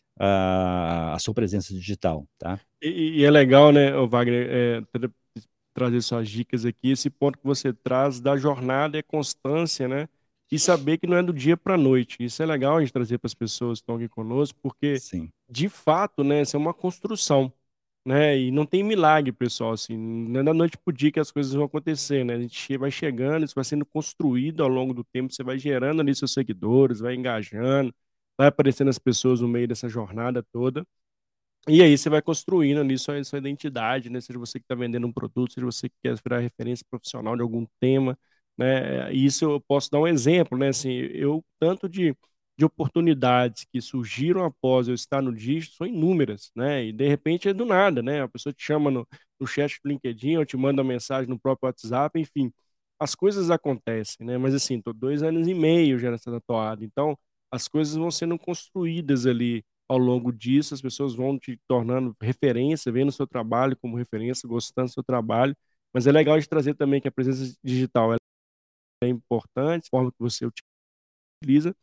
a sua presença digital, tá? e é legal, né, ô Wagner, trazer suas dicas aqui, esse ponto que você traz da jornada e a constância, né? E saber que não é do dia para a noite. Isso é legal a gente trazer para as pessoas que estão aqui conosco, porque, Sim. de fato, né, isso é uma construção, né? E não tem milagre, pessoal, assim, não é da noite pro dia que as coisas vão acontecer, né? A gente vai chegando, isso vai sendo construído ao longo do tempo, você vai gerando ali seus seguidores, vai engajando, vai aparecendo as pessoas no meio dessa jornada toda. E aí você vai construindo ali sua identidade, né? Seja você que está vendendo um produto, seja você que quer virar referência profissional de algum tema, né? E isso eu posso dar um exemplo, né? Assim, eu tanto de oportunidades que surgiram após eu estar no dígito são inúmeras, né? E de repente é do nada, né? A pessoa te chama no chat do LinkedIn, ou te manda uma mensagem no próprio WhatsApp, enfim, as coisas acontecem, né? Mas assim, tô 2 anos e meio já nessa toada, então as coisas vão sendo construídas ali ao longo disso, as pessoas vão te tornando referência, vendo o seu trabalho como referência, gostando do seu trabalho. Mas é legal de trazer também que a presença digital ela é importante, a forma que você utiliza,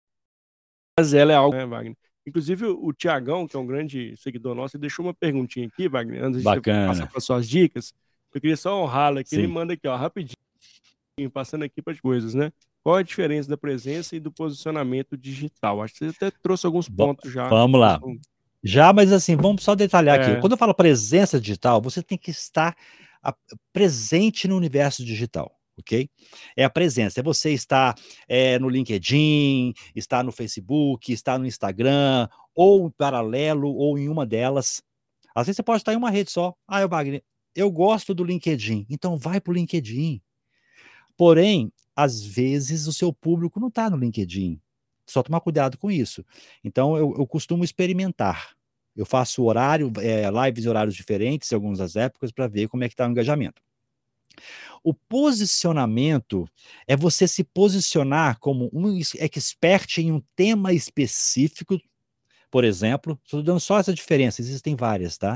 mas ela é algo, né, Wagner? Inclusive, o Tiagão, que é um grande seguidor nosso, ele deixou uma perguntinha aqui, Wagner, antes de você passar Bacana. para suas dicas. Eu queria só honrá-lo aqui. Ele Sim. manda aqui, ó, rapidinho, passando aqui para as coisas, né? Qual a diferença da presença e do posicionamento digital? Acho que você até trouxe alguns pontos já. Vamos Mas lá. Já, mas assim, vamos só detalhar aqui. É, Quando eu falo presença digital, você tem que estar presente no universo digital, ok? É a presença, é você estar no LinkedIn, estar no Facebook, estar no Instagram, ou em paralelo, ou em uma delas. Às vezes você pode estar em uma rede só. Ah, Wagner, eu gosto do LinkedIn, então vai para o LinkedIn. Porém, às vezes o seu público não está no LinkedIn. Só tomar cuidado com isso. Então, eu costumo experimentar. Eu faço horário, lives em horários diferentes, em algumas das épocas, para ver como é que está o engajamento. O posicionamento é você se posicionar como um expert em um tema específico, por exemplo. Estou dando só essa diferença, existem várias, tá?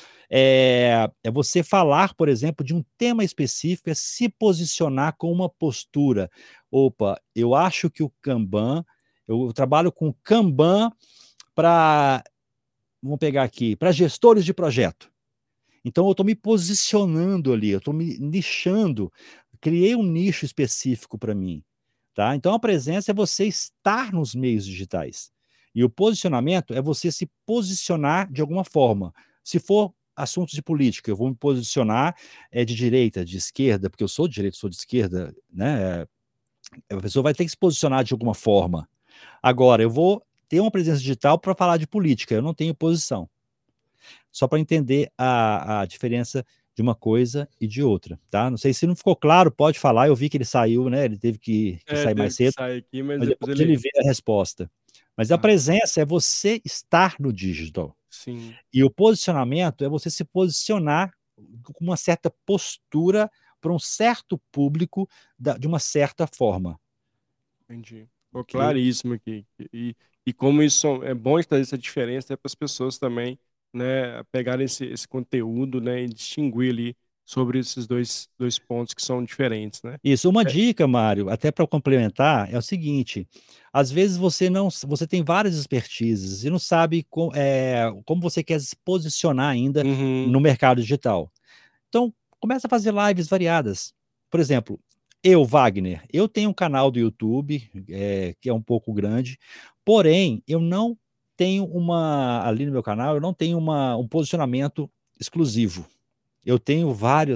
É você falar, por exemplo, de um tema específico, é se posicionar com uma postura. Opa, eu acho que o Kanban, eu trabalho com Kanban para, vamos pegar aqui, para gestores de projeto. Então eu estou me posicionando ali, eu estou me nichando, criei um nicho específico para mim. Tá? Então a presença é você estar nos meios digitais. E o posicionamento é você se posicionar de alguma forma. Se for assuntos de política, eu vou me posicionar de direita, de esquerda, porque eu sou de direita, sou de esquerda, né? A pessoa vai ter que se posicionar de alguma forma. Agora, eu vou ter uma presença digital para falar de política, eu não tenho posição. Só para entender a diferença de uma coisa e de outra, tá? Não sei se não ficou claro, pode falar. Eu vi que ele saiu, né? Ele teve que sair mais teve que cedo, sair aqui, mas mas depois depois ele ele. vê a resposta. Mas a Ah, presença é você estar no digital. sim, E o posicionamento é você se posicionar com uma certa postura para um certo público de uma certa forma. entendi. Ficou Ok? claríssimo aqui. E como isso é bom trazer essa diferença para as pessoas também, né, pegarem esse conteúdo, né, e distinguir ali sobre esses dois pontos que são diferentes, né? Isso. Uma É, dica, Mário, até para complementar, é o seguinte: às vezes você tem várias expertises e não sabe como você quer se posicionar ainda uhum, no mercado digital. Então, começa a fazer lives variadas. Por exemplo, eu, Wagner, eu tenho um canal do YouTube, que é um pouco grande, porém, eu não tenho ali no meu canal, eu não tenho um posicionamento exclusivo. Eu tenho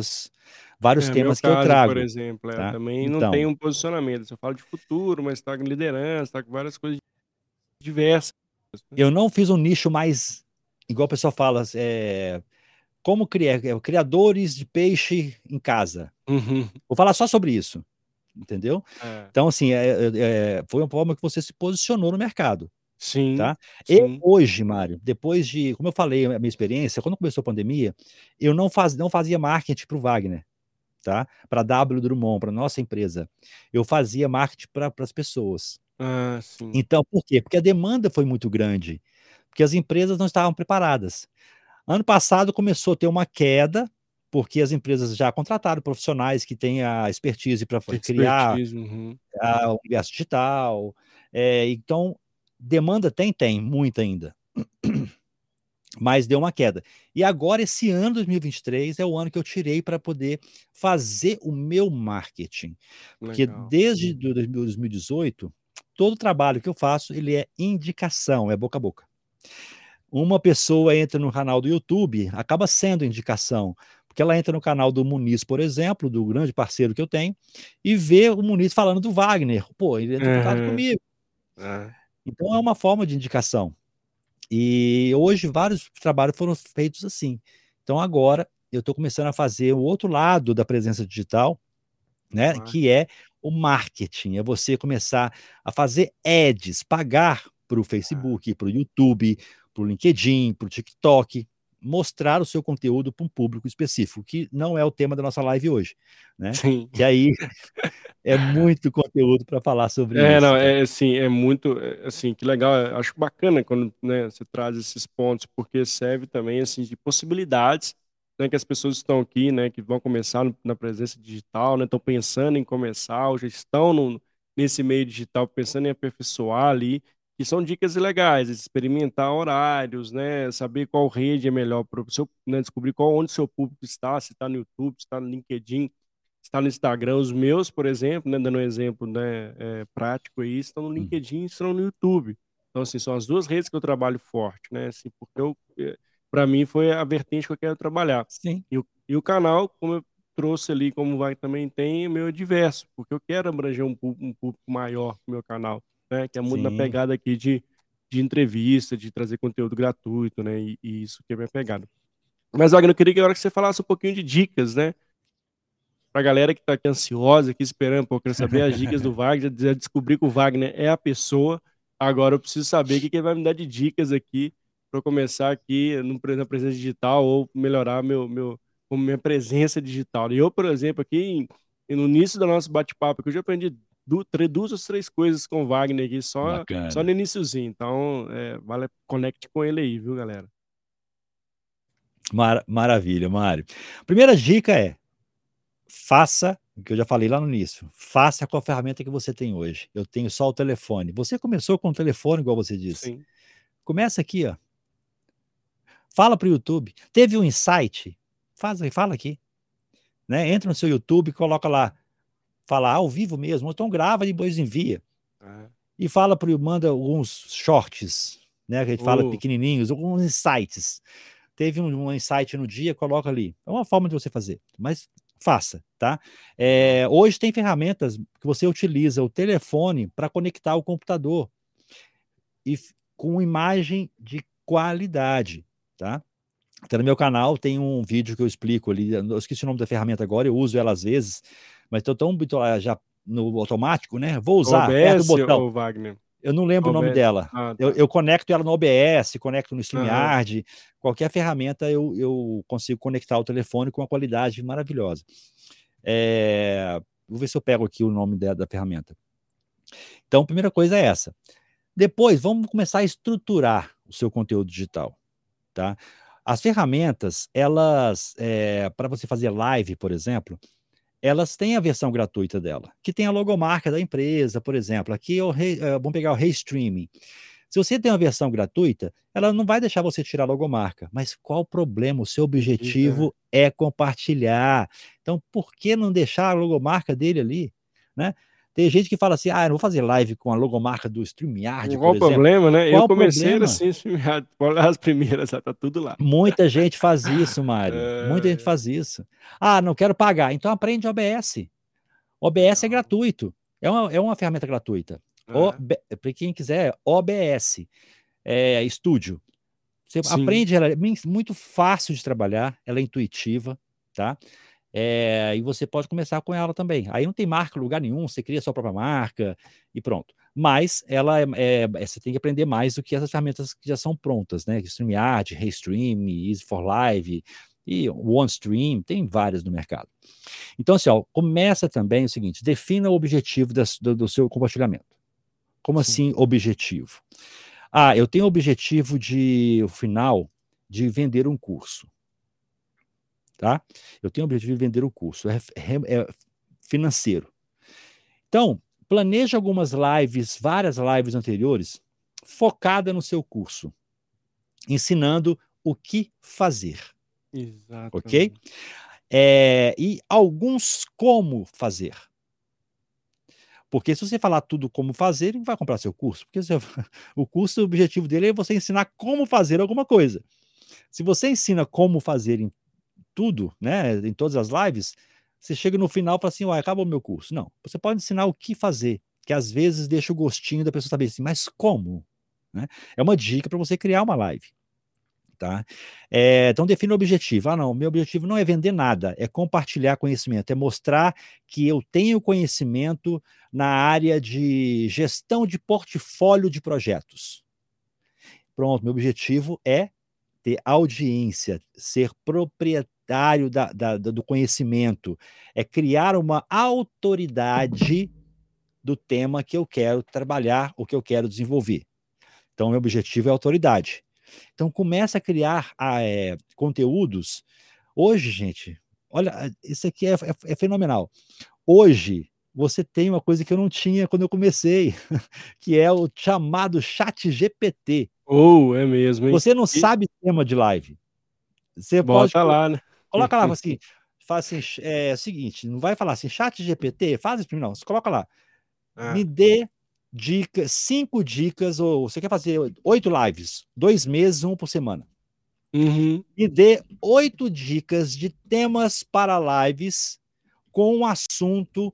vários meu temas que eu caso, por trago, exemplo, eu tá? também não Então, tenho um posicionamento. Eu falo de futuro, mas está com liderança, está com várias coisas diversas, né? eu não fiz um nicho mais, igual o pessoal fala, como criar, criadores de peixe em casa. Uhum, Vou falar só sobre isso, entendeu? é. Então, assim, foi uma forma que você se posicionou no mercado, Sim, tá? Eu sim. hoje, Mário, depois de, como eu falei, a minha experiência, quando começou a pandemia, eu não fazia marketing para o Wagner, tá? Para a W Drummond, para nossa empresa. Eu fazia marketing para as pessoas. Ah, sim. Então, por quê? Porque a demanda foi muito grande, porque as empresas não estavam preparadas. Ano passado começou a ter uma queda, porque as empresas já contrataram profissionais que têm a expertise para criar Expertise, uhum. o universo digital. Então, demanda tem, muita ainda, mas deu uma queda. E agora, esse ano 2023, é o ano que eu tirei para poder fazer o meu marketing. Porque Legal. desde 2018, todo o trabalho que eu faço, ele é indicação, é boca a boca. Uma pessoa entra no canal do YouTube, acaba sendo indicação, porque ela entra no canal do Muniz, por exemplo, do grande parceiro que eu tenho, e vê o Muniz falando do Wagner. Pô, ele entra em contato Aham. comigo. É. Então é uma forma de indicação. E hoje vários trabalhos foram feitos assim. Então agora eu estou começando a fazer o outro lado da presença digital, né, que é o marketing, é você começar a fazer ads, pagar para o Facebook, para o YouTube, para o LinkedIn, para o TikTok, mostrar o seu conteúdo para um público específico, que não é o tema da nossa live hoje, né? Sim. Que aí é muito conteúdo para falar sobre É, isso, não, tá? é assim, é muito, assim, que legal, acho bacana quando, né, você traz esses pontos, porque serve também, assim, de possibilidades, né, que as pessoas estão aqui, né, que vão começar na presença digital, né, estão pensando em começar, ou já estão nesse meio digital, pensando em aperfeiçoar ali, que são dicas legais, experimentar horários, né, saber qual rede é melhor para o seu, né, descobrir onde o seu público está, se está no YouTube, se está no LinkedIn, se está no Instagram. Os meus, por exemplo, né, dando um exemplo, né, prático aí, estão no Uhum. LinkedIn e estão no YouTube. Então, assim, são as duas redes que eu trabalho forte, né, assim, porque para mim foi a vertente que eu quero trabalhar. Sim, E o canal, como eu trouxe ali, como vai também tem, o meu é diverso, porque eu quero abranger um público maior no meu canal, né, que é muito na sim, pegada aqui de entrevista, de trazer conteúdo gratuito, né, e isso que é a minha pegada. Mas, Wagner, eu queria que agora que você falasse um pouquinho de dicas, né, pra galera que tá aqui ansiosa, aqui esperando, pô, quero saber as dicas do Wagner, já descobri que o Wagner é a pessoa, agora eu preciso saber o que que ele vai me dar de dicas aqui para eu começar aqui na presença digital ou melhorar como minha presença digital. E eu, por exemplo, aqui no início do nosso bate-papo, que eu já aprendi duas ou três coisas com o Wagner aqui, só bacana. no iniciozinho. Então, vale, conecte com ele aí, viu, galera? Maravilha, Mário. Primeira dica é: faça o que eu já falei lá no início. Faça com a ferramenta que você tem hoje. Eu tenho só o telefone. Você começou com o telefone, igual você disse. Sim. Começa aqui, ó. Fala para o YouTube. Teve um insight? Fala aqui. Né? Entra no seu YouTube, coloca lá. Fala ao vivo mesmo. Então grava e depois envia. Ah, E manda alguns shorts, né? Que a gente fala ô, pequenininhos, alguns insights. Teve um insight no dia, coloca ali. É uma forma de você fazer, mas faça, tá? legal. Hoje tem ferramentas que você utiliza o telefone para conectar o computador com imagem de qualidade, tá? Até no meu canal tem um vídeo que eu explico ali, eu esqueci o nome da ferramenta agora, eu uso ela às vezes, mas estou tão habituado já no automático, né? Vou usar, aperta o OBS botão. ou Wagner? Eu não lembro o nome OBS. dela. Ah, Eu, tá. eu conecto ela no OBS, conecto no Aham. StreamYard, qualquer ferramenta eu consigo conectar o telefone com uma qualidade maravilhosa. Vou ver se eu pego aqui o nome da ferramenta. Então, a primeira coisa é essa. Depois, vamos começar a estruturar o seu conteúdo digital, tá? As ferramentas, elas, para você fazer live, por exemplo, elas têm a versão gratuita dela, que tem a logomarca da empresa, por exemplo. Aqui vamos pegar o Restreaming. Se você tem uma versão gratuita, ela não vai deixar você tirar a logomarca. Mas qual o problema? O seu Entendi. É. objetivo é compartilhar. Então, por que não deixar a logomarca dele ali? Né? Tem gente que fala assim: ah, eu não vou fazer live com a logomarca do StreamYard, Qual por o exemplo. problema, né? Eu Qual o comecei era problema? assim, as primeiras, tá tudo lá. Muita gente faz isso, Mário. Muita gente É, faz isso. Ah, não quero pagar. Então aprende OBS. OBS é legal. gratuito. É uma ferramenta gratuita. É. Para quem quiser, OBS, Studio. Você Sim, aprende, ela é muito fácil de trabalhar, ela é intuitiva, tá? E você pode começar com ela também. Aí não tem marca em lugar nenhum, você cria a sua própria marca e pronto. Mas ela você tem que aprender mais do que essas ferramentas que já são prontas, né? StreamYard, Restream, Easy for Live e OneStream, tem várias no mercado. Então, assim, ó, começa também o seguinte: defina o objetivo do seu compartilhamento. Como sim. assim, objetivo? Ah, eu tenho o objetivo o final, de vender um curso, tá? Eu tenho o objetivo de vender um curso, é financeiro. Então, planeja algumas lives, várias lives anteriores, focada no seu curso, ensinando o que fazer, ok? Exatamente. E alguns como fazer. Porque se você falar tudo como fazer, ele vai comprar seu curso. Porque o curso, o objetivo dele é você ensinar como fazer alguma coisa. Se você ensina como fazer em tudo, né, em todas as lives, você chega no final e fala assim, uai, acabou o meu curso. Não, você pode ensinar o que fazer, que às vezes deixa o gostinho da pessoa saber assim, mas como? Né? É uma dica para você criar uma live. Tá? Então defina o objetivo. Ah, não, meu objetivo não é vender nada, é compartilhar conhecimento, é mostrar que eu tenho conhecimento na área de gestão de portfólio de projetos. Pronto, meu objetivo é ter audiência, ser proprietário do conhecimento, é criar uma autoridade do tema que eu quero trabalhar, o que eu quero desenvolver. Então, meu objetivo é autoridade. Então, começa a criar conteúdos. Hoje, gente, olha, isso aqui é fenomenal. Hoje, você tem uma coisa que eu não tinha quando eu comecei, que é o chamado Chat GPT. Ou é mesmo, hein? Você não E sabe tema de live. Você pode bota lá, né? coloca lá, fala assim, é o seguinte, não vai falar assim, Chat GPT, faz isso para mim, não. Você coloca lá, me Ah, dê dicas, 5 dicas, ou você quer fazer 8 lives, 2 meses, um por semana. uhum. Me dê 8 dicas de temas para lives com um assunto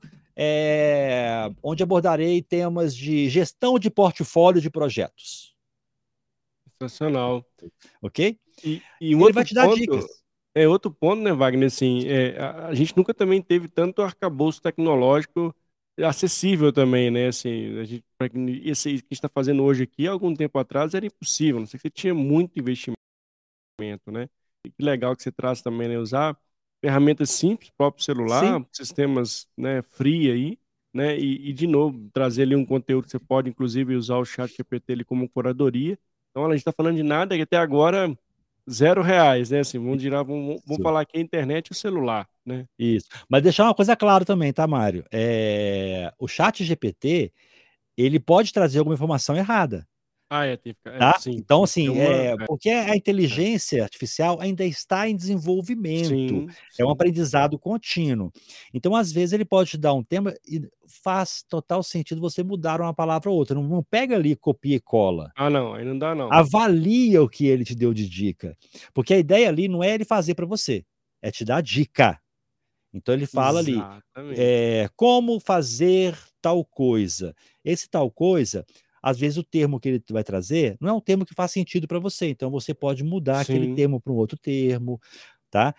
onde abordarei temas de gestão de portfólio de projetos. Sensacional. Ok? E um Ele vai outro te dar ponto, dicas. outro ponto, né, Wagner, assim, a gente nunca também teve tanto arcabouço tecnológico acessível também, né, assim, a gente, esse que a gente está fazendo hoje aqui, há algum tempo atrás era impossível, não sei que você tinha muito investimento, né, e que legal que você traz também, né, usar ferramentas simples, próprio Sim, celular, sistemas, né, free aí, né, de novo, trazer ali um conteúdo que você pode, inclusive, usar o chat GPT ali como curadoria. Então, a gente está falando de nada que até agora R$ 0, né, assim, vamos isso. falar aqui a internet e o celular, né. Isso. Mas deixar uma coisa clara também, tá, Mário? O chat GPT, ele pode trazer alguma informação errada. Ah, tem que ficar Tá? sim, Então, tem que ter assim, uma porque a é. inteligência artificial ainda está em desenvolvimento, Sim, é um sim. aprendizado contínuo. Então, às vezes, ele pode te dar um tema e faz total sentido você mudar uma palavra ou outra, não pega ali, copia e cola. Ah, não, aí não dá não. Avalia o que ele te deu de dica, porque a ideia ali não é ele fazer para você, é te dar dica. Então ele fala ali, Exatamente. como fazer tal coisa. Esse tal coisa, às vezes o termo que ele vai trazer não é um termo que faz sentido para você, então você pode mudar aquele Sim, termo para um outro termo, tá.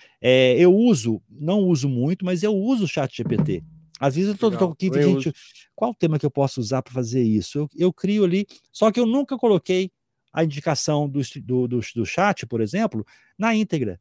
Não uso muito, mas eu uso o ChatGPT. Às vezes eu tô legal, aqui, também gente, uso. qual tema que eu posso usar para fazer isso? Eu crio ali, só que eu nunca coloquei a indicação do chat, por exemplo, na íntegra.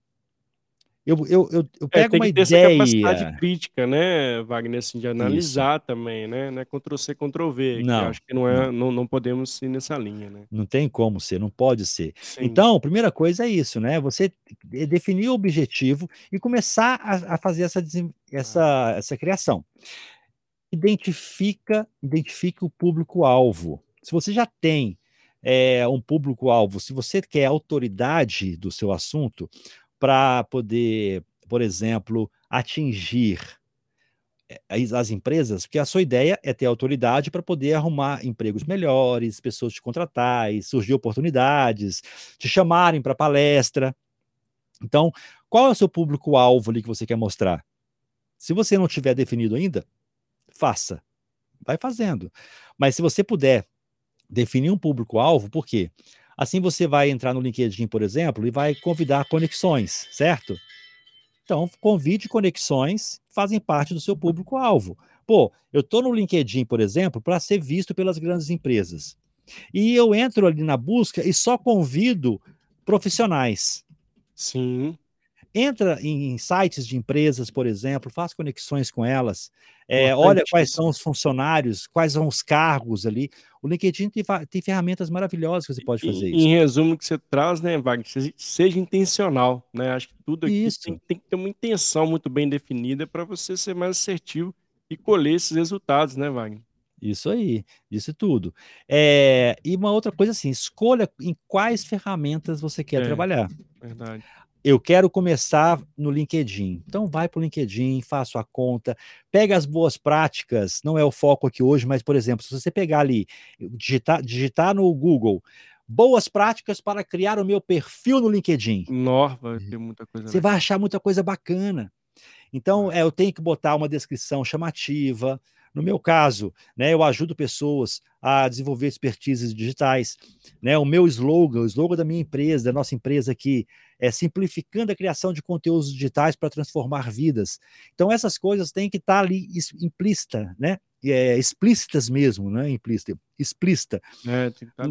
Eu pego Tem uma que ter essa capacidade ideia. crítica, né, Wagner, assim, de Isso. analisar também, né, não é Ctrl C, Ctrl V, que Não, acho que não é não. não podemos ir nessa linha, né. Não tem como ser, não pode ser. Sim. Então, a primeira coisa é isso, né, você definir o objetivo e começar a fazer Ah, essa criação. Identifica o público-alvo. Se você já tem, um público-alvo, se você quer autoridade do seu assunto, para poder, por exemplo, atingir as empresas, porque a sua ideia é ter autoridade para poder arrumar empregos melhores, pessoas te contratar e surgir oportunidades, te chamarem para palestra. Então, qual é o seu público-alvo ali que você quer mostrar? Se você não tiver definido ainda, faça, vai fazendo. Mas se você puder definir um público-alvo, por quê? Assim você vai entrar no LinkedIn, por exemplo, e vai convidar conexões, certo? Então, convide conexões que fazem parte do seu público-alvo. Pô, eu estou no LinkedIn, por exemplo, para ser visto pelas grandes empresas. E eu entro ali na busca e só convido profissionais. sim. Entra em sites de empresas, por exemplo, faz conexões com elas, olha quais são Importantíssimo. os funcionários, quais são os cargos ali. O LinkedIn tem ferramentas maravilhosas que você pode fazer isso. Em resumo, o que você traz, né, Wagner, seja intencional, né, acho que tudo aqui tem Isso. tem que ter uma intenção muito bem definida para você ser mais assertivo e colher esses resultados, né, Wagner. Isso aí, disse tudo. E uma outra coisa assim, escolha em quais ferramentas você quer É, trabalhar. verdade. Eu quero começar no LinkedIn, então vai para o LinkedIn, faça a conta, pega as boas práticas, não é o foco aqui hoje, mas, por exemplo, se você pegar ali, digitar no Google, boas práticas para criar o meu perfil no LinkedIn, Vai ter muita coisa você vai legal. achar muita coisa bacana. Então, Vai. eu tenho que botar uma descrição chamativa. No meu caso, né, eu ajudo pessoas a desenvolver expertises digitais. Né? O slogan da minha empresa, da nossa empresa aqui, é simplificando a criação de conteúdos digitais para transformar vidas. Então, essas coisas têm que estar ali implícita, né? Explícitas mesmo, né? Implícita, explícita Tem que estar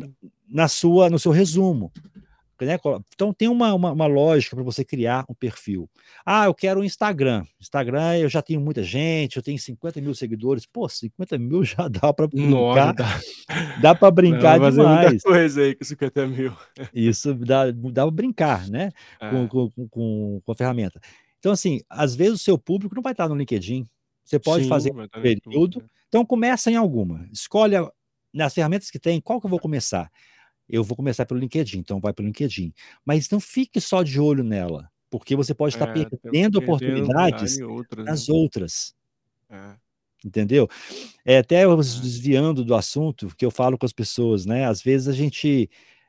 no seu resumo. Né? Então tem uma lógica para você criar um perfil. Ah, eu quero um Instagram. Instagram eu já tenho muita gente, eu tenho 50 mil seguidores. Pô, 50 mil já nossa, dá dá para dá pra brincar fazer muita demais. coisa aí com 50.000. Isso dá para brincar, né? É, Com a ferramenta. Então, assim, às vezes o seu público não vai estar no LinkedIn. Você pode fazer Sim, vai estar um em tudo, período. né. Então começa em alguma. Escolhe nas ferramentas que tem, qual que eu vou começar? Eu vou começar pelo LinkedIn, então vai pelo LinkedIn. Mas não fique só de olho nela, porque você pode estar É, tá perdendo perdendo oportunidade oportunidades em outras, nas né. outras, É. entendeu? Até eu É. desviando do assunto, que eu falo com as pessoas, né? Às vezes a gente,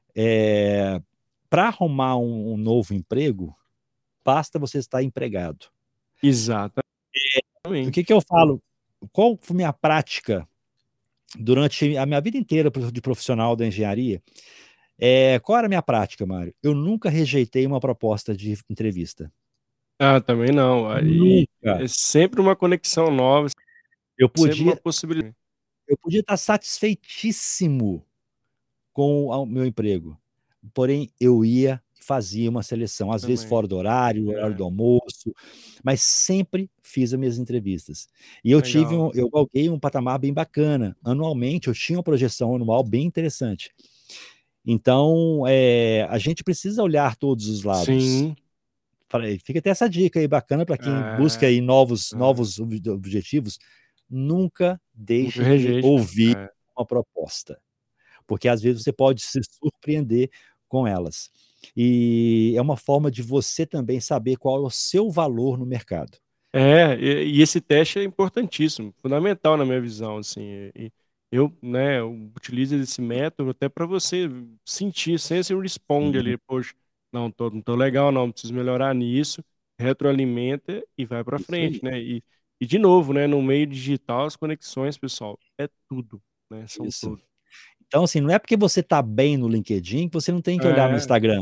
para arrumar um novo emprego, basta você estar empregado. O Exatamente. que eu falo? Qual foi minha prática durante a minha vida inteira de profissional da engenharia? Qual era a minha prática, Mário? Eu nunca rejeitei uma proposta de entrevista. Ah, também não. Aí Nunca. é sempre uma conexão nova, Eu sempre uma podia, possibilidade. eu podia estar satisfeitíssimo com o meu emprego, porém eu ia fazia uma seleção, às vezes Também. fora do horário, horário É, do almoço, mas sempre fiz as minhas entrevistas. E legal. eu galguei um patamar bem bacana. Anualmente eu tinha uma projeção anual bem interessante. Então, a gente precisa olhar todos os lados. Sim. Fica até essa dica aí bacana para quem busca É, aí é. novos objetivos. Nunca Nunca deixe de rejeite, né. ouvir É. uma proposta, porque às vezes você pode se surpreender com elas. E é uma forma de você também saber qual é o seu valor no mercado. É, e esse teste é importantíssimo, fundamental na minha visão, assim, e eu, né, eu utilizo esse método até para você sentir, sense and responde Sim, ali: "Poxa, não tô legal não, preciso melhorar nisso", retroalimenta e vai para isso aí, frente, né. E de novo, né, no meio digital as conexões, pessoal, é tudo, né, são isso. tudo. Então, assim, não é porque você está bem no LinkedIn que você não tem que olhar no É, Instagram,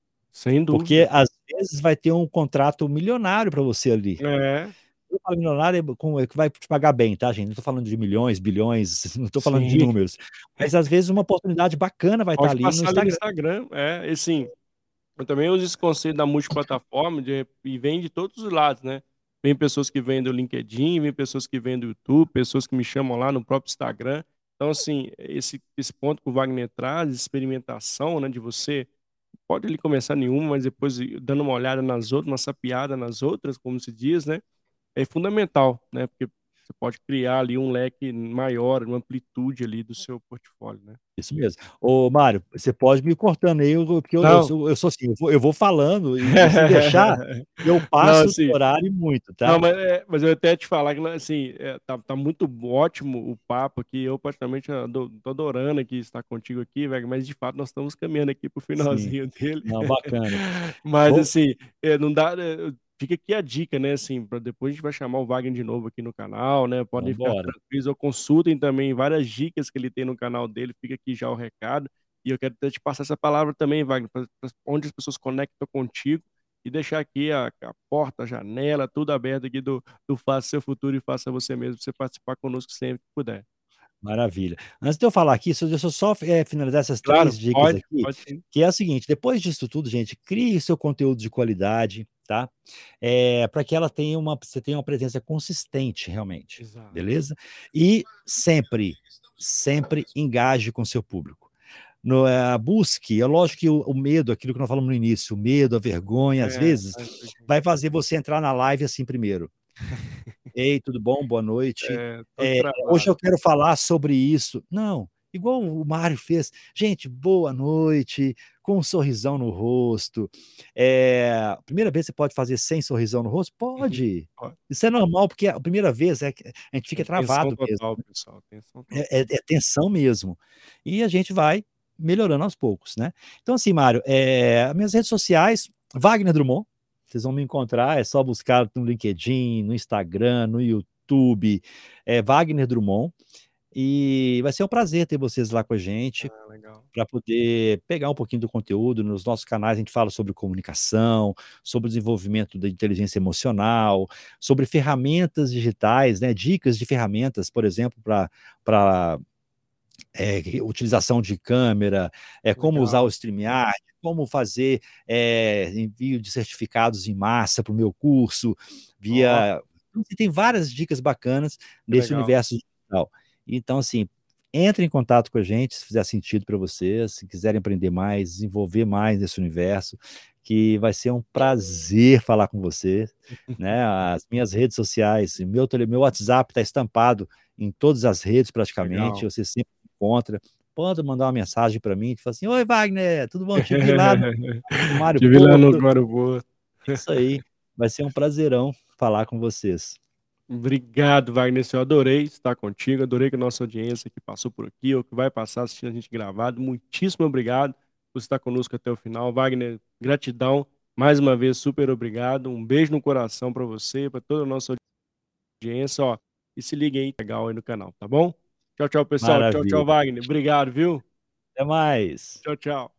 sem porque dúvida. às vezes vai ter um contrato milionário para você ali. É, Eu falo milionário que vai te pagar bem, tá, gente? Não tô falando de milhões, bilhões, não tô falando de sim. números. Mas às vezes uma oportunidade bacana vai estar Pode ali no passar ali no Instagram. Instagram, e assim, eu também uso esse conceito da multiplataforma e vem de todos os lados, né. Vem pessoas que vêm do LinkedIn, vem pessoas que vêm do YouTube, pessoas que me chamam lá no próprio Instagram. Então assim, esse ponto que o Wagner traz, experimentação, né, de você pode ali começar nenhuma, mas depois ir dando uma olhada nas outras, uma sapiada nas outras, como se diz, né, é fundamental, né, porque você pode criar ali um leque maior, uma amplitude ali do seu portfólio, né. Isso mesmo. Ô Mário, você pode me cortando aí, porque Não. eu sou assim, eu vou falando e se deixar, eu Não, passo do assim, horário muito, não, tá? mas eu até te falar que, né, assim, tá muito ótimo o papo aqui, eu particularmente tô adorando aqui estar contigo aqui, velho, mas de fato nós estamos caminhando aqui para o Sim. finalzinho dele. Não, bacana. Mas Ô, assim, não dá, fica aqui a dica, né, assim, pra depois a gente vai chamar o Wagner de novo aqui no canal, né, podem vamos ficar embora. tranquilos ou consultem também várias dicas que ele tem no canal dele, fica aqui já o recado. E eu quero até te passar essa palavra também, Wagner, pra onde as pessoas conectam contigo e deixar aqui a porta, a janela, tudo aberto aqui do Faça Seu Futuro e Faça Você Mesmo, pra você participar conosco sempre que puder. Maravilha. Antes de eu falar aqui, deixa eu só, finalizar essas Claro, 3 dicas pode, aqui, pode sim. que é o seguinte: depois disso tudo, gente, crie seu conteúdo de qualidade, tá? Para que ela tenha você tenha uma presença consistente, realmente, Exato. beleza? E sempre, sempre engaje com seu público. Busque, é lógico que o medo, aquilo que nós falamos no início, o medo, a vergonha, às É, vezes, faz sentido. vai fazer você entrar na live assim primeiro. Ei, tudo bom? Boa noite. Tô Hoje travado. eu quero falar sobre isso. Não, igual o Mário fez. Gente, boa noite, com um sorrisão no rosto. Primeira vez você pode fazer sem sorrisão no rosto? Pode. Ó, Isso é normal, porque a primeira vez que a gente fica tensão travado mesmo. total, pessoal, tensão total. É tensão mesmo. E a gente vai melhorando aos poucos, né. Então assim, Mário, as minhas redes sociais, Wagner Drummond, vocês vão me encontrar, é só buscar no LinkedIn, no Instagram, no YouTube, Wagner Drummond, e vai ser um prazer ter vocês lá com a gente, Ah, legal. para poder pegar um pouquinho do conteúdo. Nos nossos canais a gente fala sobre comunicação, sobre o desenvolvimento da inteligência emocional, sobre ferramentas digitais, né, dicas de ferramentas, por exemplo, para utilização de câmera, como usar o Legal. StreamYard, como fazer envio de certificados em massa para o meu curso, Ó, via. Tem várias dicas bacanas que nesse legal. universo digital. Então, assim, Entre em contato com a gente se fizer sentido para vocês, se quiserem aprender mais, desenvolver mais nesse universo, que vai ser um prazer falar com você, né? As minhas redes sociais, meu WhatsApp está estampado em todas as redes praticamente, Legal. você sempre encontra. Pode mandar uma mensagem para mim, que fala assim: Oi, Wagner, tudo bom? Te vi lá no Mário Te vi lá no Porto. aeroporto. Isso aí, vai ser um prazerão falar com vocês. Obrigado, Wagner. Eu adorei estar contigo, adorei que a nossa audiência que passou por aqui ou que vai passar assistindo a gente gravado. Muitíssimo obrigado por estar conosco até o final. Wagner, gratidão. Mais uma vez, super obrigado. Um beijo no coração para você, para toda a nossa audiência. Ó, e se liga aí, legal aí no canal, tá bom? Tchau, tchau, pessoal. Tchau, tchau, Maravilha. Wagner. Obrigado, viu? Até mais. Tchau, tchau.